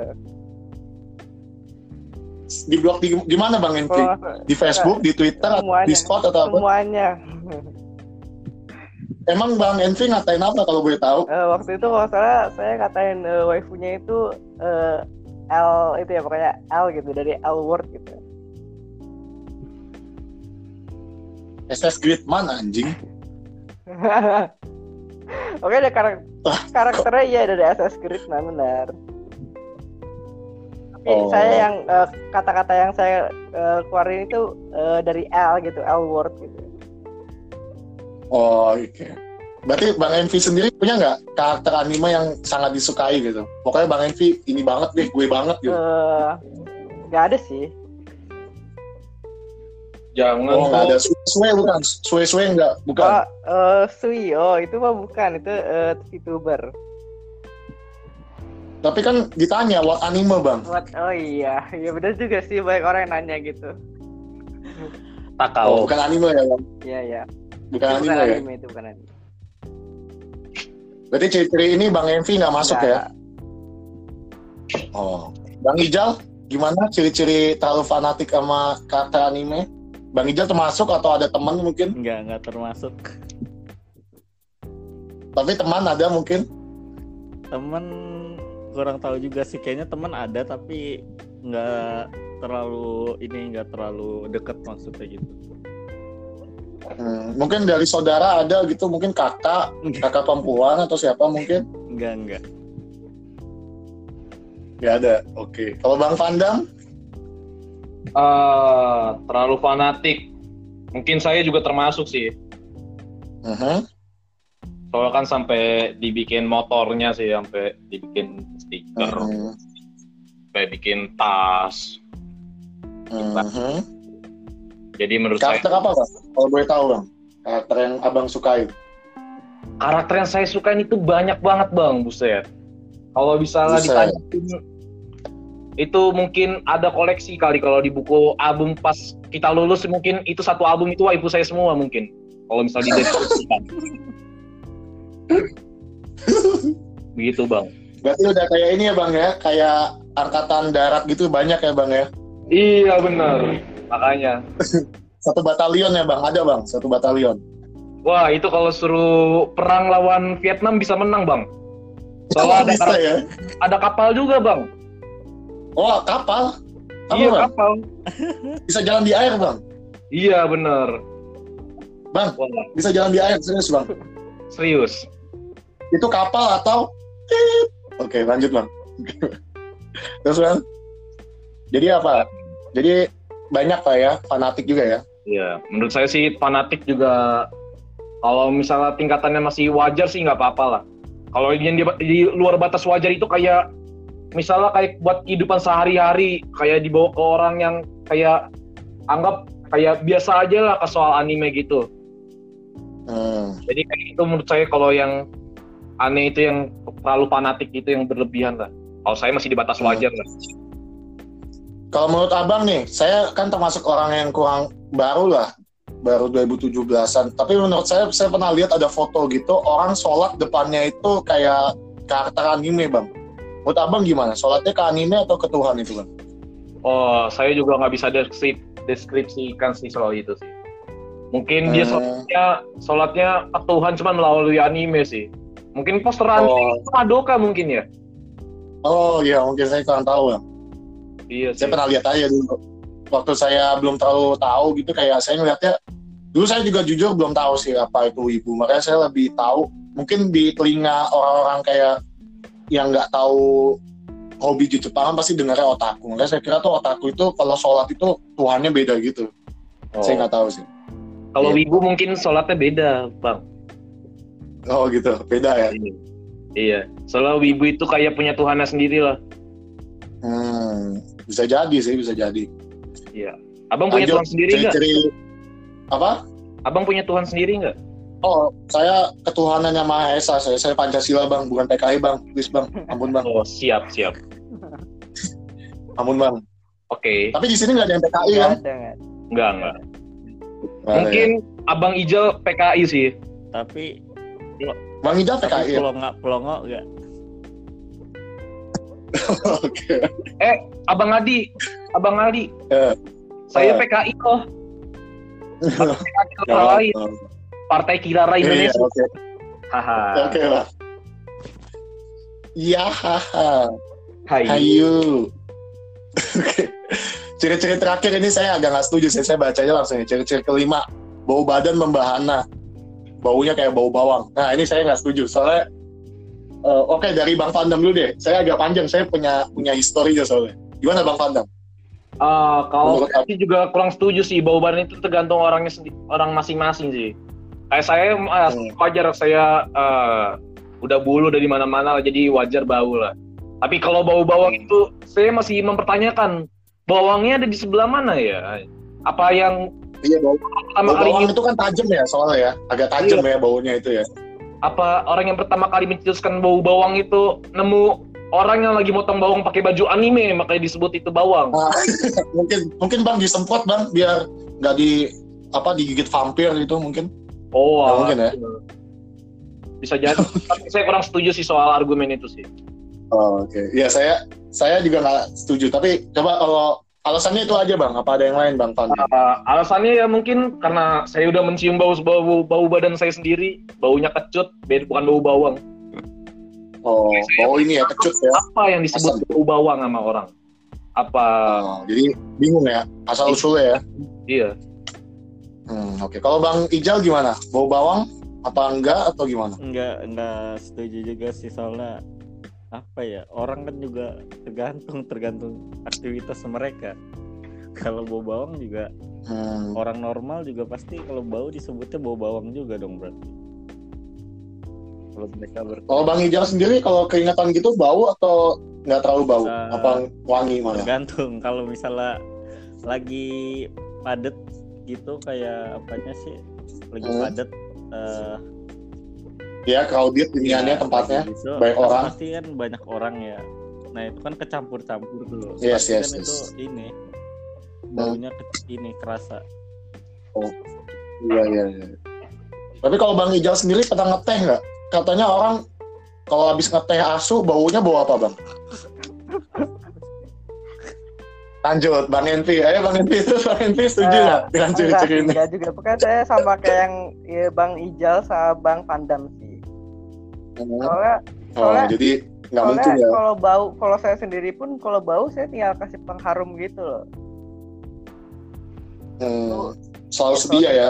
Di blog di mana Bang Envi? Di Facebook, di Twitter, semuanya, Discord atau apa? Semuanya. Emang Bang Envi ngatain apa kalau boleh tahu? Waktu itu kalau salah saya katain waifunya itu L itu ya, pokoknya L gitu, dari L word gitu. SS Gridman anjing. Oke, ada karakternya iya dari SS Gridman, benar. Tapi saya yang kata-kata yang saya keluarin itu dari L gitu, L word gitu. Oh, oke. Berarti Bang Envi sendiri punya nggak karakter anime yang sangat disukai gitu? Pokoknya Bang Envi ini banget deh, gue banget gitu. Nggak ada sih. Jangan. Oh, nggak ada. Sue bukan? Sue nggak? Bukan. Suyo itu mah bukan, itu VTuber. Tapi kan ditanya what anime Bang? Oh iya benar juga sih, banyak orang yang nanya gitu. Takao. Bukan anime ya Bang? Iya. Bukan anime ya? Itu bukan anime. Berarti ciri-ciri ini Bang Envi nggak masuk Nggak. ya? Oh, Bang Ijal gimana ciri-ciri terlalu fanatik sama karakter anime? Bang Ijal termasuk atau ada teman mungkin? Nggak termasuk. Tapi teman ada mungkin? Temen kurang tahu juga sih, kayaknya teman ada tapi nggak terlalu deket maksudnya gitu. Mungkin dari saudara ada gitu, mungkin kakak perempuan atau siapa mungkin? Enggak. Nggak ada. Oke. Kalau Bang Vandam? Terlalu fanatik. Mungkin saya juga termasuk sih. Soalnya kan sampai dibikin motornya sih, sampai dibikin stiker, sampai bikin tas. Jadi menurut karakter saya, apa Bang? Kalau boleh tahu Bang, karakter yang Abang sukai? karakter yang saya sukain itu banyak banget Bang, buset. Kalau misalnya ditanya itu mungkin ada koleksi kali, kalau di buku album pas kita lulus mungkin itu satu album itu waifu saya semua mungkin. Kalau misalnya dideskripsikan. Begitu Bang. Berarti udah kayak ini ya Bang ya, kayak angkatan darat gitu banyak ya Bang ya. Iya benar. Makanya. Satu batalion ya Bang, ada Bang, satu batalion. Wah, itu kalau suruh perang lawan Vietnam bisa menang, Bang. Soalnya Bisa ya. ada kapal juga, Bang. Oh, kapal? Apa, Iya, Bang? kapal. Bisa jalan di air Bang? Iya, benar. Bang, Wah, bisa jalan di air, serius Bang? serius. Itu kapal atau? Oke, lanjut Bang. Terus Bang? Jadi apa? Jadi banyak lah ya, fanatik juga ya? Iya, menurut saya sih fanatik juga kalau misalnya tingkatannya masih wajar sih nggak apa-apa lah. Kalau yang di luar batas wajar itu kayak misalnya kayak buat kehidupan sehari-hari kayak dibawa ke orang yang kayak anggap kayak biasa aja lah ke soal anime gitu. Jadi kayak itu menurut saya kalau yang aneh itu yang terlalu fanatik itu yang berlebihan lah. Kalau saya masih di batas wajar lah. Kalau menurut Abang nih, saya kan termasuk orang yang kurang baru lah, baru 2017-an. Tapi menurut saya pernah lihat ada foto gitu, orang sholat depannya itu kayak karakter anime Bang. Menurut Abang gimana? Sholatnya ke anime atau ke Tuhan itu Bang? Oh, saya juga nggak bisa deskripsikan sih soal itu sih. Mungkin dia sholatnya ke Tuhan cuma melalui anime sih. Mungkin poster anime itu Madoka mungkin ya. Oh iya, mungkin saya kurang tahu Bang. Iya sih. Saya pernah lihat aja dulu. Waktu saya belum terlalu tahu gitu, kayak saya ngeliatnya, dulu saya juga jujur belum tahu sih apa itu wibu. Makanya saya lebih tahu, mungkin di telinga orang-orang kayak yang nggak tahu hobi di Jepangan pasti dengarnya otaku. Makanya saya kira tuh otaku itu kalau sholat itu Tuhannya beda gitu. Saya nggak tahu sih. Kalau wibu mungkin sholatnya beda, Bang. Oh gitu, beda ya? Iya, soalnya wibu itu kayak punya Tuhannya sendiri lah. Bisa jadi sih, bisa jadi. Iya. Abang punya Tuhan sendiri nggak? Apa? Abang punya Tuhan sendiri nggak? Oh, saya ketuhanannya Maha Esa. Saya Pancasila Bang, bukan PKI Bang. Please Bang, ampun Bang. Oh, siap. Ampun Bang. Oke. Tapi di sini nggak ada yang PKI kan? Nggak. Mungkin Abang Ijal PKI sih. Tapi Bang Ijal PKI. Pelongo nggak? Oke. Abang Adi. Saya PKI loh. PKI lain. Partai Kirara Indonesia. Oke. Haha. Oke lah. Ya haha. Hai. Hayu. Oke. Ciri-ciri terakhir ini saya agak nggak setuju sih. Saya bacanya langsung ya. Ciri-ciri kelima, bau badan membahana. Baunya kayak bau bawang. Nah ini saya nggak setuju. Soalnya oke, dari Bang Fandam dulu deh. Saya agak panjang. Saya punya histori aja soalnya. Gimana Bang Fandam? Kalau saya juga kurang setuju sih. Bau badan itu tergantung orang masing-masing sih. Kayak saya wajar saya udah bulu dari mana-mana jadi wajar bau lah. Tapi kalau bau bawang itu saya masih mempertanyakan bawangnya ada di sebelah mana ya? Apa yang bau bawang itu kan tajam ya soalnya ya, agak tajam ya baunya itu ya. Apa orang yang pertama kali mencetuskan bau bawang itu nemu orang yang lagi motong bawang pakai baju anime makanya disebut itu bawang. Mungkin Bang disemprot Bang biar nggak digigit vampir gitu mungkin. Mungkin ya. Bisa jadi. Tapi saya kurang setuju sih soal argumen itu sih. Oke. Ya saya juga nggak setuju. Tapi coba kalau alasannya itu aja Bang. Apa ada yang lain Bang Fandi? Alasannya ya mungkin karena saya udah mencium bau badan saya sendiri, baunya kecut, bukan bau bawang. Bau ini ya kecut ya. Apa yang disebut bau bawang sama orang? Apa? Jadi bingung ya asal usulnya ya. Iya. Oke. Kalau Bang Ijal gimana? Bau bawang apa enggak atau gimana? Enggak setuju juga sih soalnya orang kan juga tergantung aktivitas mereka. Kalau bau bawang juga orang normal juga pasti kalau bau disebutnya bau bawang juga dong berarti. Kalau mereka Kalau Bang Ijal sendiri kalau keringatan gitu bau atau nggak terlalu bau? Apa wangi malah? Tergantung. Kalau misalnya lagi padet gitu kayak lagi padet. Ya crowded iniannya tempatnya gitu, banyak orang. Pasti kan banyak orang ya. Nah itu kan kecampur-campur tuh. Yes. Itu ini baunya kerasa. Iya. Tapi kalau Bang Ijal sendiri pernah ngeteh nggak? Katanya orang kalau habis ngeteh asu baunya bau apa bang? Lanjut Bang Enfi, ayo Bang Enfi, terus Bang Enfi setuju nggak dengan ciri-ciri ini? Enggak juga, pokoknya saya sama kayak yang ya, Bang Ijal sama Bang Pandam sih. Soalnya jadi nggak mungkin ya. Kalau saya sendiri pun kalau bau saya tinggal kasih pengharum gitu loh. Selalu sedia ya.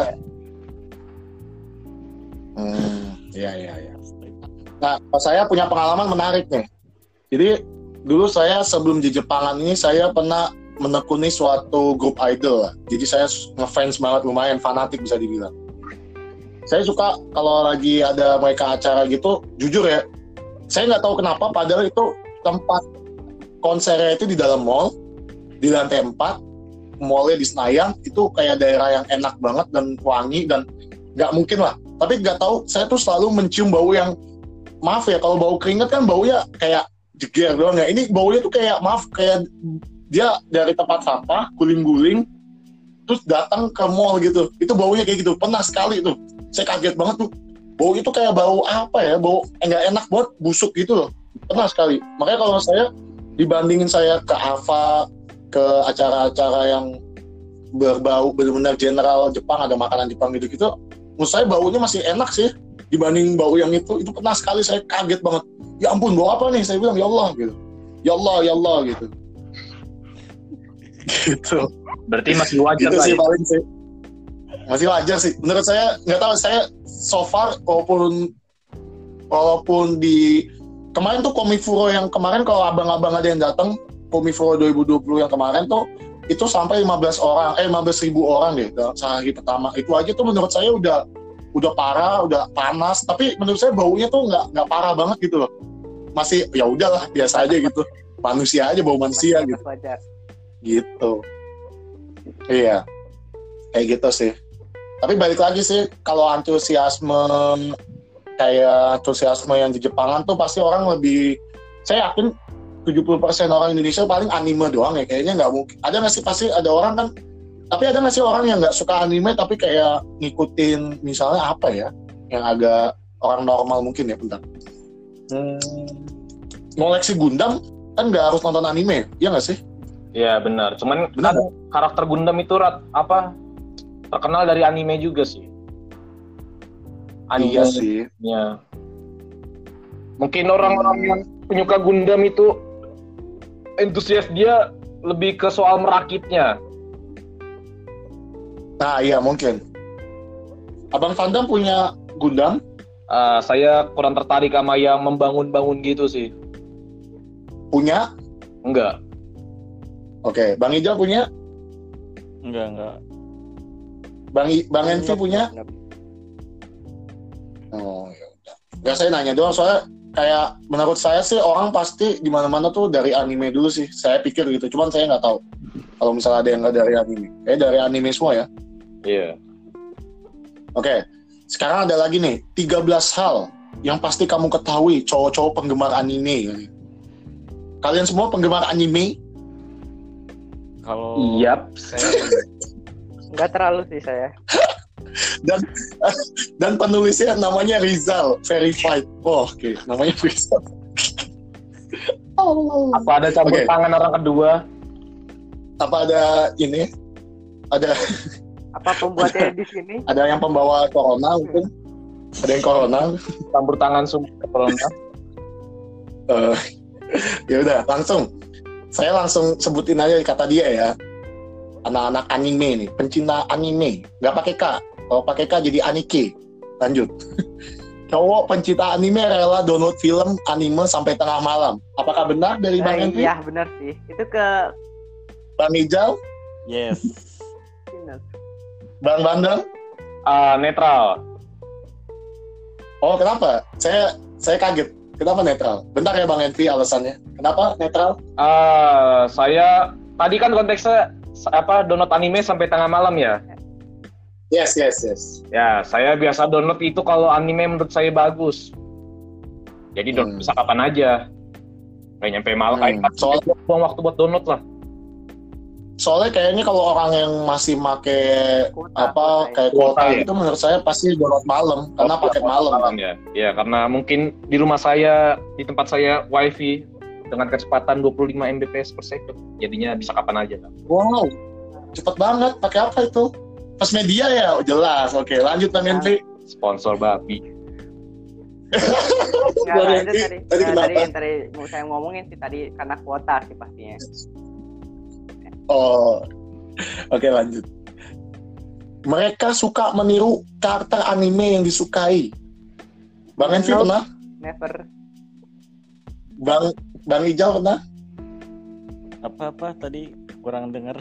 Iya. Nah, saya punya pengalaman menarik nih. Jadi dulu saya sebelum di Jepangan ini saya pernah menekuni suatu grup idol lah. Jadi saya ngefans banget, lumayan fanatik bisa dibilang. Saya suka kalau lagi ada mereka acara gitu, jujur ya, saya nggak tahu kenapa padahal itu tempat konsernya itu di dalam mall, di lantai 4, mallnya di Senayan, itu kayak daerah yang enak banget dan wangi dan nggak mungkin lah. Tapi nggak tahu, saya tuh selalu mencium bau yang, maaf ya, kalau bau keringat kan baunya kayak jeger doang ya. Ini baunya tuh kayak, maaf, kayak dia dari tempat sampah, guling-guling, terus datang ke mall gitu. Itu baunya kayak gitu, pernah sekali tuh. Saya kaget banget tuh. Bau itu kayak bau apa ya, bau nggak enak banget, busuk gitu loh. Pernah sekali. Makanya kalau saya, dibandingin saya ke AVA, ke acara-acara yang berbau benar-benar general Jepang, ada makanan Jepang gitu-gitu, menurut saya baunya masih enak sih dibanding bau yang itu. Itu pernah sekali saya kaget banget. Ya ampun, bau apa nih? Saya bilang, ya Allah gitu. Ya Allah gitu. Gitu. Berarti masih wajar gitu lah sih ya? Paling sih. Masih wajar sih. Menurut saya, nggak tahu, saya so far walaupun di kemarin tuh Komifuro yang kemarin, kalau abang-abang ada yang datang Komifuro 2020 yang kemarin tuh, itu sampai 15.000 orang deh sehari pertama. Itu aja tuh menurut saya udah parah, udah panas. Tapi menurut saya baunya tuh nggak parah banget gitu loh. Masih ya udahlah, biasa aja gitu. Manusia aja, bau manusia gitu. Wajar. Gitu. Iya. Kayak gitu sih. Tapi balik lagi sih, kalau antusiasme yang di Jepangan tuh pasti orang lebih, saya yakin 70% orang Indonesia paling anime doang ya, kayaknya nggak mungkin. Ada nggak sih, pasti ada orang kan, tapi ada nggak sih orang yang nggak suka anime tapi kayak ngikutin misalnya apa ya, yang agak orang normal mungkin ya, bentar. Ngoleksi Gundam kan nggak harus nonton anime, iya nggak sih? Iya benar. Cuman kan karakter Gundam itu terkenal dari anime juga sih. Iya sih. Ya. Mungkin orang-orang yang penyuka Gundam itu antusias dia lebih ke soal merakitnya. Nah iya mungkin. Abang Fandam punya Gundam? Saya kurang tertarik sama yang membangun-bangun gitu sih. Punya? Enggak. Oke, Bang Ijal punya? Enggak. Bang Enfi punya? Oh ya udah. Ya saya nanya doang, soalnya kayak menurut saya sih orang pasti di mana-mana tuh dari anime dulu sih. Saya pikir gitu. Cuman saya nggak tahu kalau misalnya ada yang nggak dari anime. Kayak dari anime semua ya. Iya. Oke. Sekarang ada lagi nih 13 hal yang pasti kamu ketahui cowok-cowok penggemar anime. Kalian semua penggemar anime? Kalau saya Nggak terlalu sih saya. Dan penulisnya namanya Rizal Verified. Oh, oke. Namanya Rizal. Apa ada campur tangan orang kedua? Apa ada ini? Ada Apa pembuatnya di sini? ada yang pembawa corona mungkin? Ada yang corona? Campur tangan semua corona. Ya udah, saya langsung sebutin aja kata dia ya. Anak-anak anime nih, pencinta anime. Nggak pakai K. Kalau pakai K jadi Anike. Lanjut. Cowok pencinta anime rela download film anime sampai tengah malam. Apakah benar dari Bang Enfi? Iya benar sih. Itu ke Bang Ijal? yes. Bang Bandang? Netral. Oh, kenapa? Saya kaget. Kenapa netral? Bentar ya Bang Enfi alasannya. Kenapa netral? Saya tadi kan konteksnya download anime sampai tengah malam ya. Yes. Ya, saya biasa download itu kalau anime menurut saya bagus. Jadi download bisa kapan aja. Kayak nyampe malam, soalnya buang waktu buat download lah. Soalnya kayaknya kalau orang yang masih make kuota ya? itu menurut saya pasti download malam karena paket malam ya. Ya, karena mungkin di rumah saya, di tempat saya wifi dengan kecepatan 25 Mbps per second. Jadinya bisa kapan aja kan. Wow. Cepet banget. Pakai apa itu? Pas media ya? Oh, jelas. Oke, lanjut Bang Henry. Sponsor babi. Tadi mau saya ngomongin sih tadi karena kuota sih pastinya. Oh, oke lanjut. Mereka suka meniru karakter anime yang disukai. Bang Envi pernah? Never. Bang Ijal pernah? Apa tadi kurang dengar.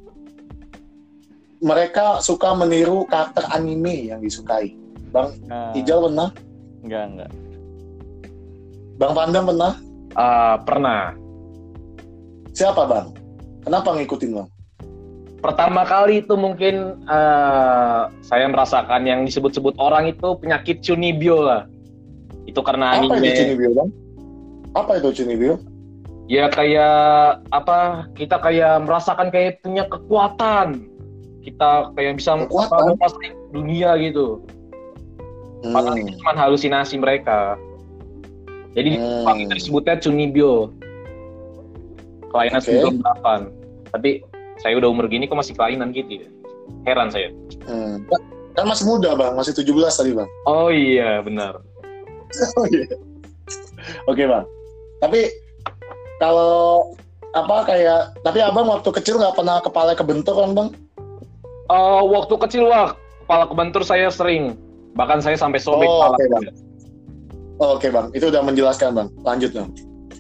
Mereka suka meniru karakter anime yang disukai. Bang Ijal pernah? Enggak. Bang Pandam pernah? Pernah. Siapa Bang? Kenapa ngikutin Bang? Pertama kali itu mungkin saya merasakan yang disebut-sebut orang itu penyakit Chunibyo lah. Itu karena anime. Apa itu Chunibyo Bang? Apa itu Chunibyo? Ya kayak kita kayak merasakan kayak punya kekuatan. Kita kayak bisa menguasai dunia gitu. Padahal itu cuma halusinasi mereka. Jadi itu disebutnya Chunibyo. Kelainan sindrom 8. Tapi saya udah umur gini kok masih kelainan gitu ya. Heran saya. Kan masih muda Bang, masih 17 tadi Bang. Oh iya, benar. Oh iya. Oke Bang. Tapi kalau tapi Abang waktu kecil nggak pernah kepala kebentur kan Bang? Waktu kecil kepala kebentur saya sering. Bahkan saya sampai sobek kepala. Oke Bang. Oke Bang, itu udah menjelaskan Bang. Lanjut Bang.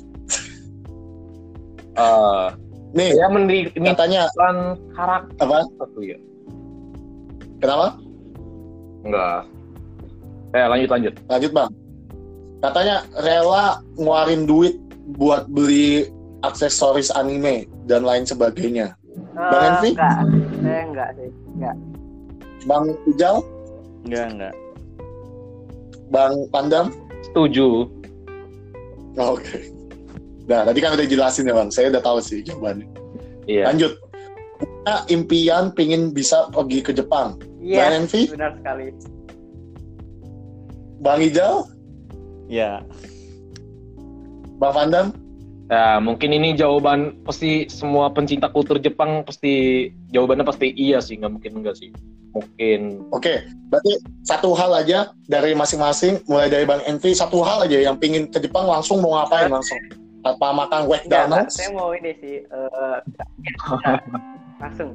Nih, saya katanya karakter apa? Ya. Kenapa? Enggak. Lanjut. Lanjut Bang. Katanya rela ngeluarin duit buat beli aksesoris anime dan lain sebagainya. Bang Envi? Enggak sih. Bang Ijal? Enggak. Bang Pandam? Setuju. Oke. Nah, tadi kan udah jelasin ya Bang, saya udah tahu sih jawabannya. Iya. Lanjut. Punya impian pingin bisa pergi ke Jepang. Iya, Bang Envi? benar sekali. Bang Ijal? Ya. Bang Pandam? Ya, mungkin ini jawaban pasti semua pencinta kultur Jepang jawabannya pasti iya sih, nggak mungkin enggak sih. Mungkin. Oke, berarti satu hal aja dari masing-masing, mulai dari Bang Envi, satu hal aja yang pingin ke Jepang langsung mau ngapain langsung? Tanpa makan McDonald's? Saya mau ini sih, langsung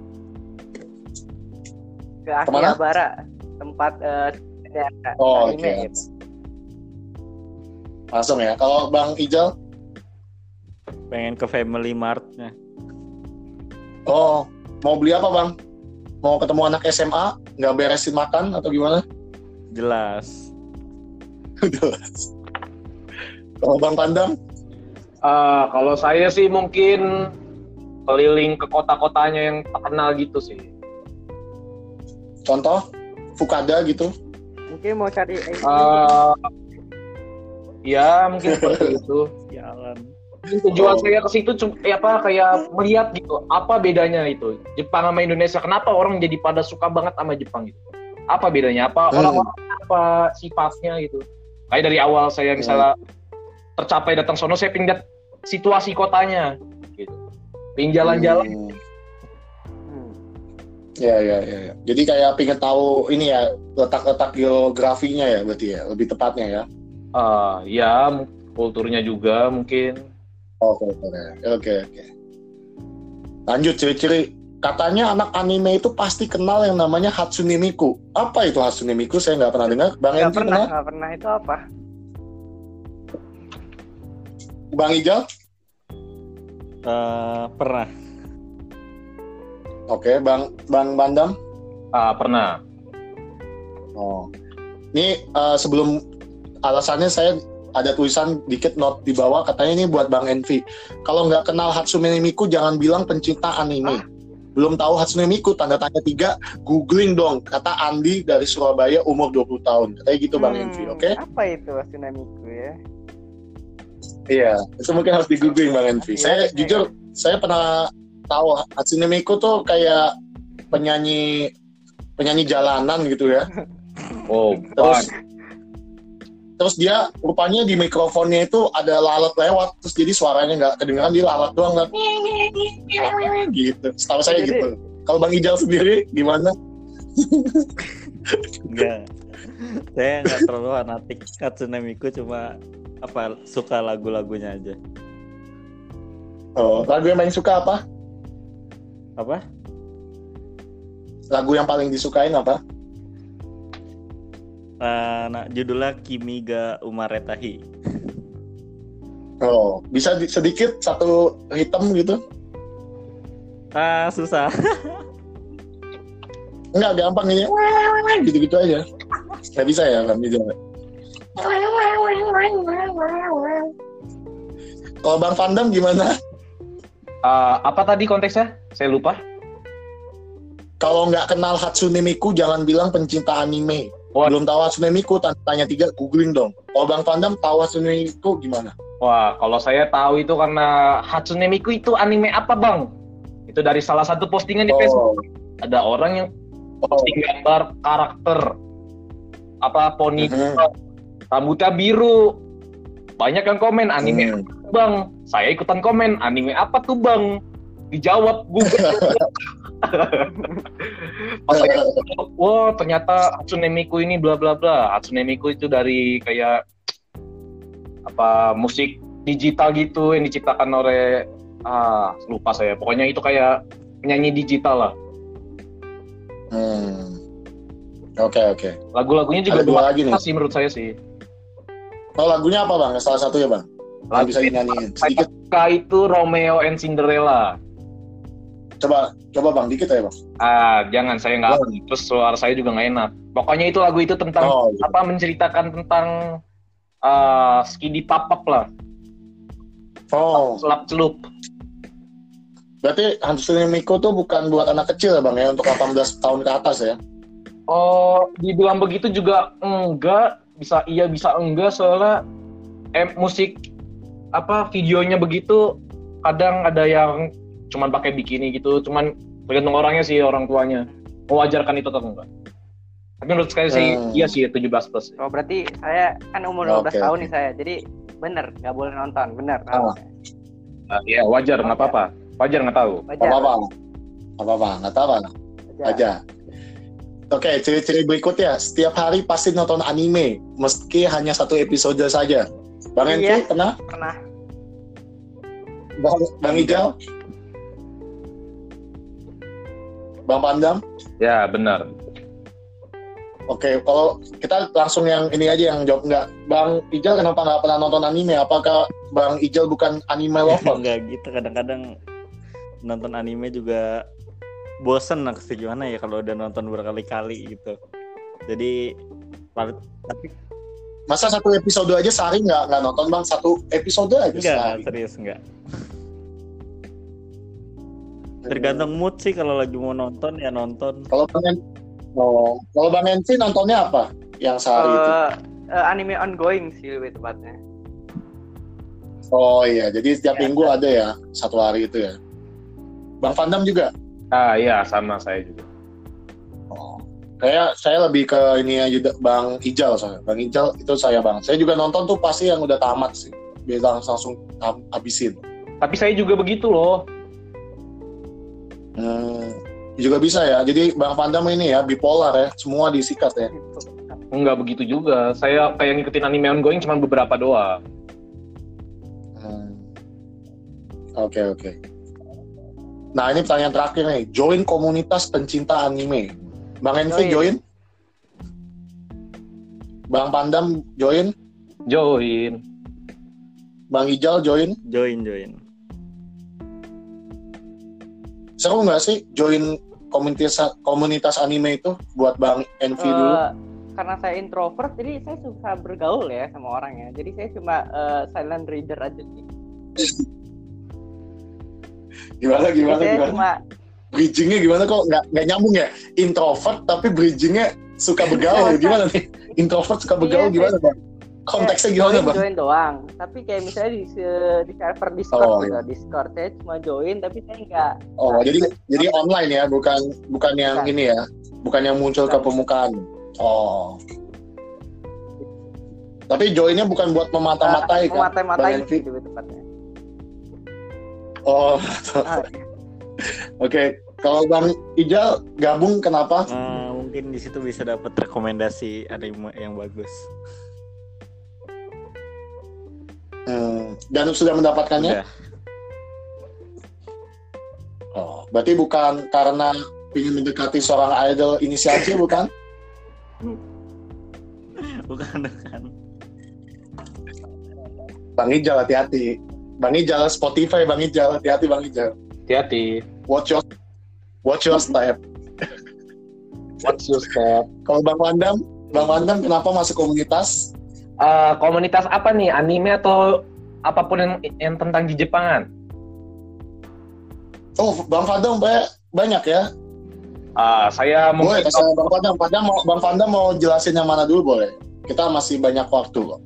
ke Akihabara, tempat anime gitu. Langsung ya. Kalau Bang Ijal? Pengen ke Family Mart-nya. Oh, mau beli apa Bang? Mau ketemu anak SMA? Nggak beresin makan atau gimana? Jelas. Kalau Bang Pandam? Kalau saya sih mungkin keliling ke kota-kotanya yang terkenal gitu sih. Contoh? Fukada gitu? Mungkin mau cari ya mungkin seperti itu. Jalan. Tujuan saya ke situ kayak melihat gitu, apa bedanya itu Jepang sama Indonesia, kenapa orang jadi pada suka banget sama Jepang gitu, apa bedanya, apa orang-orang apa sifatnya gitu. Kayak dari awal saya misalnya tercapai datang sono, saya pengen lihat situasi kotanya gitu, pengen jalan-jalan. Ya. Jadi kayak pengen tahu ini ya, letak-letak geografinya ya berarti ya, lebih tepatnya ya. Ya kulturnya juga mungkin. Oke. Lanjut ciri-ciri. Katanya anak anime itu pasti kenal yang namanya Hatsune Miku. Apa itu Hatsune Miku? Saya nggak pernah dengar. Bang Envi pernah? Nggak pernah. Itu apa? Bang Ijal? Pernah. Oke, Bang Bandam? Pernah. Oh, ini sebelum alasannya saya ada tulisan dikit note di bawah, katanya ini buat Bang Envi. Kalau nggak kenal Hatsune Miku jangan bilang pencinta anime. Belum tahu Hatsune Miku, tanda tanya 3, googling dong, kata Andi dari Surabaya, umur 20 tahun. Katanya gitu Bang Envi, oke? Apa itu Hatsune Miku ya? Iya, itu mungkin harus di googling Bang Envi. Saya jujur, saya pernah tahu Hatsune Miku tuh kayak penyanyi jalanan gitu ya. Oh, Terus dia rupanya di mikrofonnya itu ada lalat lewat, terus jadi suaranya nggak kedengeran, dia lalat doang kan. Gitu. Setahu saya gitu. Kalau Bang Ijal sendiri gimana? Enggak. Saya nggak terlalu fanatik Hatsune Miku, cuma suka lagu-lagunya aja. Oh, lagu yang paling suka apa? Apa? Lagu yang paling disukain apa? Judulnya Kimi ga Umaretahi. Oh, bisa sedikit satu hitam gitu? Susah. Enggak, gampang ini. Gitu-gitu aja. Nggak bisa ya, Bang Ijal. Kalau Bang Fandam gimana? Apa tadi konteksnya? Saya lupa. Kalau nggak kenal Hatsune Miku, jangan bilang pencinta anime. Belum tahu Hatsune Miku, tanya 3, googling dong. Kalau Bang Fandam tahu Hatsune Miku gimana? Wah, kalau saya tahu itu karena Hatsune Miku itu anime apa, Bang? Itu dari salah satu postingan di Facebook. Ada orang yang posting gambar karakter poni rambutnya biru. Banyak yang komen anime apa tuh, Bang? Saya ikutan komen anime apa tuh, Bang? Dijawab Google. Wah, ternyata Hatsune Miku ini bla bla bla. Hatsune Miku itu dari kayak musik digital gitu yang diciptakan oleh lupa saya. Pokoknya itu kayak penyanyi digital lah. Oke. Lagu-lagunya juga dua lagi nih sih menurut saya sih. Oh, lagunya apa, Bang? Salah satu ya, Bang? Lagu bisa dinyanyiin sedikit. Itu Romeo and Cinderella. Coba Bang, dikit aja, Bang. Jangan, saya nggak. Terus suara saya juga nggak enak. Pokoknya itu lagu itu tentang menceritakan tentang skidi papap lah. Selap-celup. Berarti Hatsune Miku tuh bukan buat anak kecil ya, Bang, ya, untuk 18 tahun ke atas ya? Oh, dibilang begitu juga enggak, bisa iya bisa enggak, soalnya musik videonya begitu kadang ada yang cuman pakai bikini gitu, cuman tergantung orangnya sih, orang tuanya mewajarkan itu atau enggak. Tapi menurut saya sih iya sih 17+. Oh, berarti saya kan umur 12 tahun nih saya. Jadi bener nggak boleh nonton, bener. Iya, wajar, nggak apa-apa. Wajar nggak tahu. Nggak apa-apa, nggak tahu aja. Oke, ciri-ciri berikutnya, setiap hari pasti nonton anime, meski hanya 1 episode saja. Bang Enki, pernah? Pernah. Bang Ijal? Bang Pandam? Ya, benar. Oke, kalau kita langsung yang ini aja yang jawab enggak. Bang Ijal kenapa nggak pernah nonton anime? Apakah Bang Ijal bukan anime lover? Enggak gitu, kadang-kadang nonton anime juga bosen lah, gimana ya kalau udah nonton berkali-kali gitu. Jadi tapi masa 1 episode aja sehari nggak nonton, Bang? 1 episode aja sehari? Serius enggak. Tergantung mood sih, kalau lagi mau nonton ya nonton. Kalau Bang Enfi nontonnya apa yang sehari itu? Anime ongoing sih lebih tepatnya. Oh iya, jadi setiap minggu ada ya 1 hari itu ya. Bang Fandam juga? Iya, sama saya juga. Oh, kayak saya lebih ke ini aja, Bang Ijal soalnya. Bang Ijal itu saya banget. Saya juga nonton tuh pasti yang udah tamat sih. Biasa langsung habisin. Tapi saya juga begitu loh. Juga bisa ya. Jadi Bang Fandam ini ya bipolar ya. Semua disikat ya. Enggak begitu juga. Saya kayak ngikutin anime ongoing cuma beberapa doang. Oke. Nah, ini pertanyaan terakhir nih. Join komunitas pencinta anime. Bang Enfi join? Bang Pandam join? Join. Bang Ijal join? Join. Seru nggak sih join komunitas anime itu buat Bang Enfi dulu? Karena saya introvert, jadi saya suka bergaul ya sama orang ya. Jadi saya cuma silent reader aja sih. Gimana? Bridgingnya gimana kok nggak nyambung ya? Introvert tapi bridgingnya suka bergaul, gimana nih? Introvert suka bergaul gimana, Bang? konteksnya gimana bang? Join doang, tapi kayak misalnya di server Discord gitu, Discord saya cuma join tapi saya nggak. Jadi online ya, bukan yang ini ya, bukan yang muncul ke permukaan. Tapi joinnya bukan buat memata-matai kan? Memata-matai gitu tepatnya. Oke. Kalau Bang Ijal gabung kenapa? Mungkin di situ bisa dapat rekomendasi anime yang bagus. Dan sudah mendapatkannya? Udah. Berarti bukan karena ingin mendekati seorang idol inisiasi, bukan? Bukan. Bang Ijal hati-hati. Bang Ijal Spotify, Bang Ijal hati-hati, Bang Ijal. Hati-hati. Watch your step. Watch your step. Kalau Bang Wandam kenapa masuk komunitas? Komunitas apa nih? Anime atau apapun yang tentang Jepangan? Bang Wandam banyak ya? Saya boleh kasih Bang Wandam mau jelasin yang mana dulu boleh? Kita masih banyak waktu kok.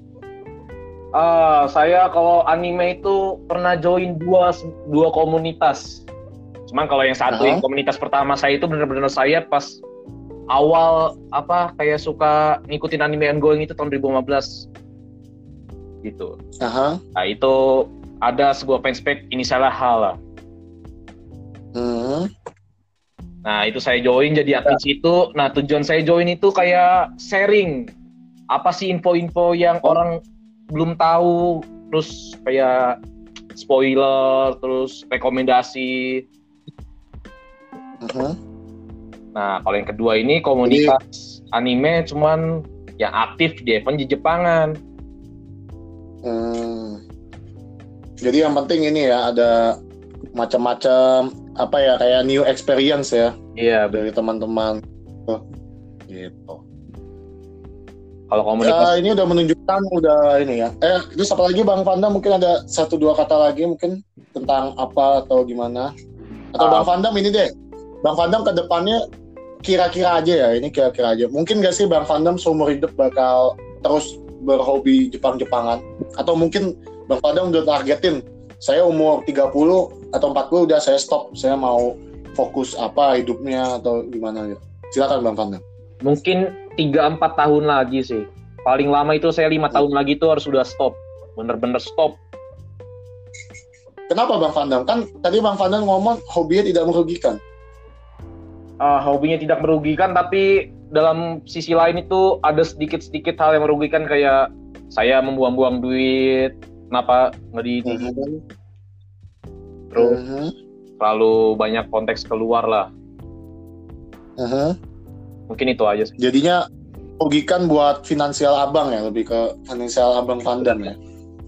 Saya kalau anime itu pernah join dua komunitas. Cuman kalau yang satu yang komunitas pertama saya itu benar-benar saya pas awal kayak suka ngikutin anime ongoing itu tahun 2015 gitu. Nah itu ada sebuah fanspage inisialnya H lah. Nah itu saya join jadi admin situ. Nah tujuan saya join itu kayak sharing apa sih info-info yang orang belum tahu, terus kayak spoiler, terus rekomendasi. Nah kalau yang kedua ini komunitas anime cuman yang aktif di event di Jepangan. Jadi yang penting ini ya ada macam-macam kayak new experience ya. Iya dari teman-teman. Gitu. Kalau komunitas ini udah menunjukkan ini ya. Terus apa lagi Bang Fanda, mungkin ada 1-2 kata lagi mungkin tentang apa atau gimana? Atau Bang Fandam ini deh. Bang Fandam ke depannya kira-kira aja ya, ini kira-kira aja. Mungkin gak sih Bang Fandam seumur hidup bakal terus berhobi Jepang-Jepangan? Atau mungkin Bang Fandam udah targetin, saya umur 30 atau 40 udah saya stop, saya mau fokus hidupnya atau gimana gitu. Silakan Bang Fandam. Mungkin 3-4 tahun lagi sih. Paling lama itu saya 5 tahun lagi itu harus sudah stop. Bener-bener stop. Kenapa Bang Fandam? Kan tadi Bang Fandam ngomong hobinya tidak merugikan. Hobinya tidak merugikan, tapi dalam sisi lain itu ada sedikit-sedikit hal yang merugikan, kayak saya membuang-buang duit, kenapa ngedidik. Terus terlalu banyak konteks keluar lah. Mungkin itu aja sih. Jadinya merugikan buat finansial abang ya, lebih ke finansial abang Fandam ya.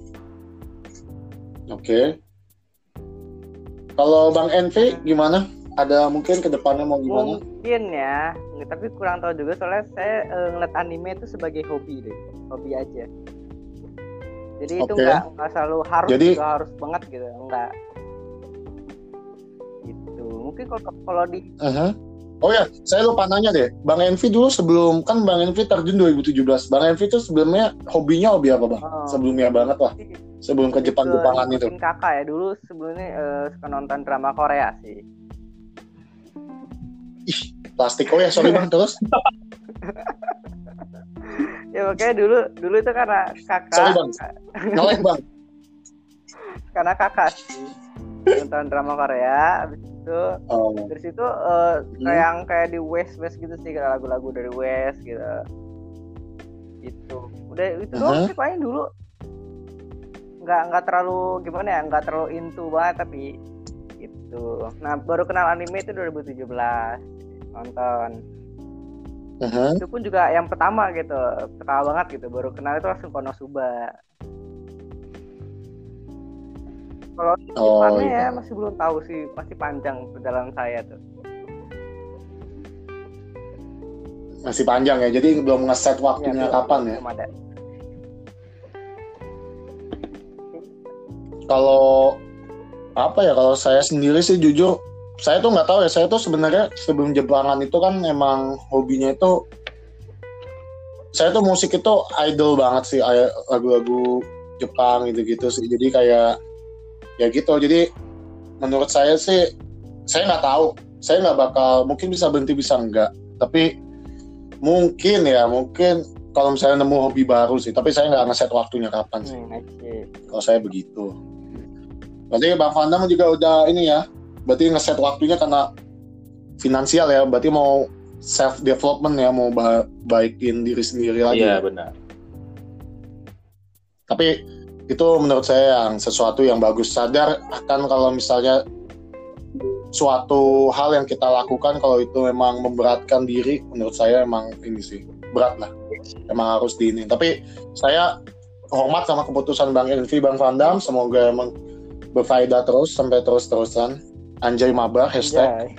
Oke. Kalau Bang Envy gimana? Ada mungkin ke depannya mau gimana? Mungkin ya, tapi kurang tahu juga soalnya saya ngeliat anime itu sebagai hobi deh, hobi aja. Jadi itu nggak selalu harus banget gitu, enggak. Gitu. Mungkin kalau di Oh ya, saya lupa nanya deh. Bang Envy dulu kan Bang Envy terjun 2017. Bang Envy itu sebelumnya hobinya hobi apa Bang? Sebelumnya banget lah. Sebelum ke Jepang-Jepangan itu. Mungkin kakak ya, dulu sebelumnya suka nonton drama Korea sih. Plastik. Oh ya, sorry Bang, terus? Ya makanya dulu itu karena kakak. Sorry Bang, nolak Bang. Karena kakak sih nonton drama Korea, habis itu dari situ kayak di West gitu sih, lagu-lagu dari West gitu. Itu udah itu doang sih paling dulu. Nggak terlalu gimana ya, nggak terlalu into banget tapi gitu. Nah baru kenal anime itu 2017 nonton. Itu pun juga yang pertama gitu, pertama banget gitu, baru kenal itu langsung Konosuba. Kalau Jepannya ya masih belum tahu sih, masih panjang perjalanan saya tuh. Masih panjang ya, jadi belum nge-set waktunya kapan ya? Kalau kalau saya sendiri sih jujur, saya tuh nggak tahu ya, saya tuh sebenarnya sebelum Jepangan itu kan emang hobinya itu saya tuh musik itu idol banget sih, lagu-lagu Jepang gitu-gitu sih. Jadi kayak ya gitu. Jadi menurut saya sih, saya nggak tahu, saya nggak bakal, mungkin bisa berhenti bisa enggak. Tapi mungkin kalau misalnya nemu hobi baru sih. Tapi saya nggak ngeset waktunya kapan sih. Kalau saya begitu. Berarti Bang Fandam juga udah ini ya. Berarti ngeset waktunya karena finansial ya. Berarti mau self development ya, mau baikin diri sendiri lagi. Iya benar. Tapi itu menurut saya yang sesuatu yang bagus. Sadar akan kalau misalnya suatu hal yang kita lakukan kalau itu memang memberatkan diri, menurut saya emang ini sih berat lah. Emang harus diinin. Tapi saya hormat sama keputusan Bang Envy, Bang Fandam. Semoga emang berfaedah terus sampai terus-terusan. Anjay maba hashtag.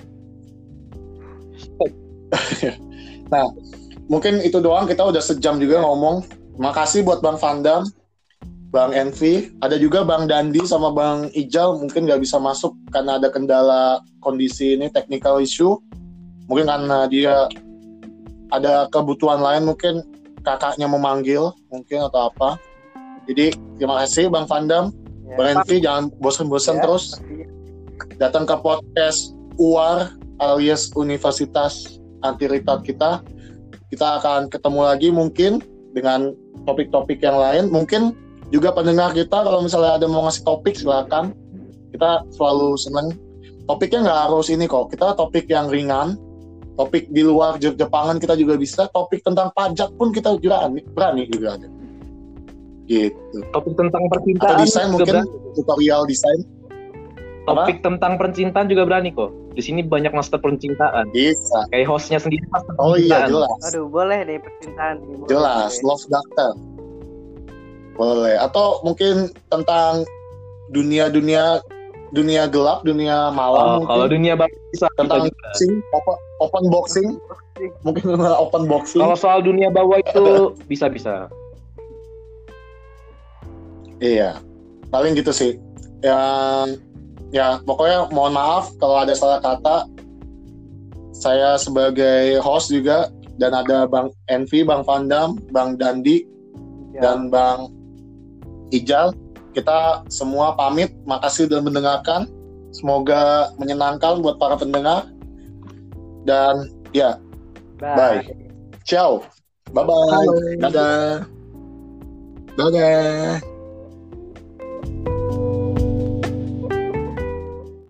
Nah, mungkin itu doang, kita udah sejam juga ngomong. Makasih buat Bang Fandam, Bang Envy, ada juga Bang Dandi sama Bang Ijal mungkin nggak bisa masuk karena ada kendala kondisi ini, technical issue. Mungkin karena dia ada kebutuhan lain, mungkin kakaknya memanggil mungkin atau apa. Jadi terima kasih Bang Fandam, Bang Envy, jangan bosan-bosan terus datang ke podcast UAR alias Universitas Antiritat kita. Kita akan ketemu lagi mungkin dengan topik-topik yang lain. Mungkin juga pendengar kita kalau misalnya ada mau ngasih topik silakan. Kita selalu senang. Topiknya nggak harus ini kok. Kita topik yang ringan. Topik di luar Jepangan kita juga bisa. Topik tentang pajak pun kita juga berani juga ada. Gitu. Topik tentang percintaan. Atau desain mungkin tutorial desain. Topik tentang percintaan juga berani kok. Di sini banyak master percintaan. Bisa. Kayak hostnya sendiri master percintaan. Oh iya jelas. Aduh boleh nih percintaan. Jelas. Love Doctor. Boleh. Atau mungkin tentang dunia gelap, dunia malam. Kalau dunia baru bisa tentang boxing, open boxing. Mungkin open boxing. Kalau soal dunia bawah itu bisa. Iya. Paling gitu sih. Ya pokoknya mohon maaf kalau ada salah kata. Saya sebagai host juga, dan ada Bang Envy, Bang Fandam, Bang Dandi, dan Bang Ijal. Kita semua pamit. Makasih sudah mendengarkan. Semoga menyenangkan buat para pendengar. Dan ya, bye. Ciao. Bye-bye. Dadah. Dadah.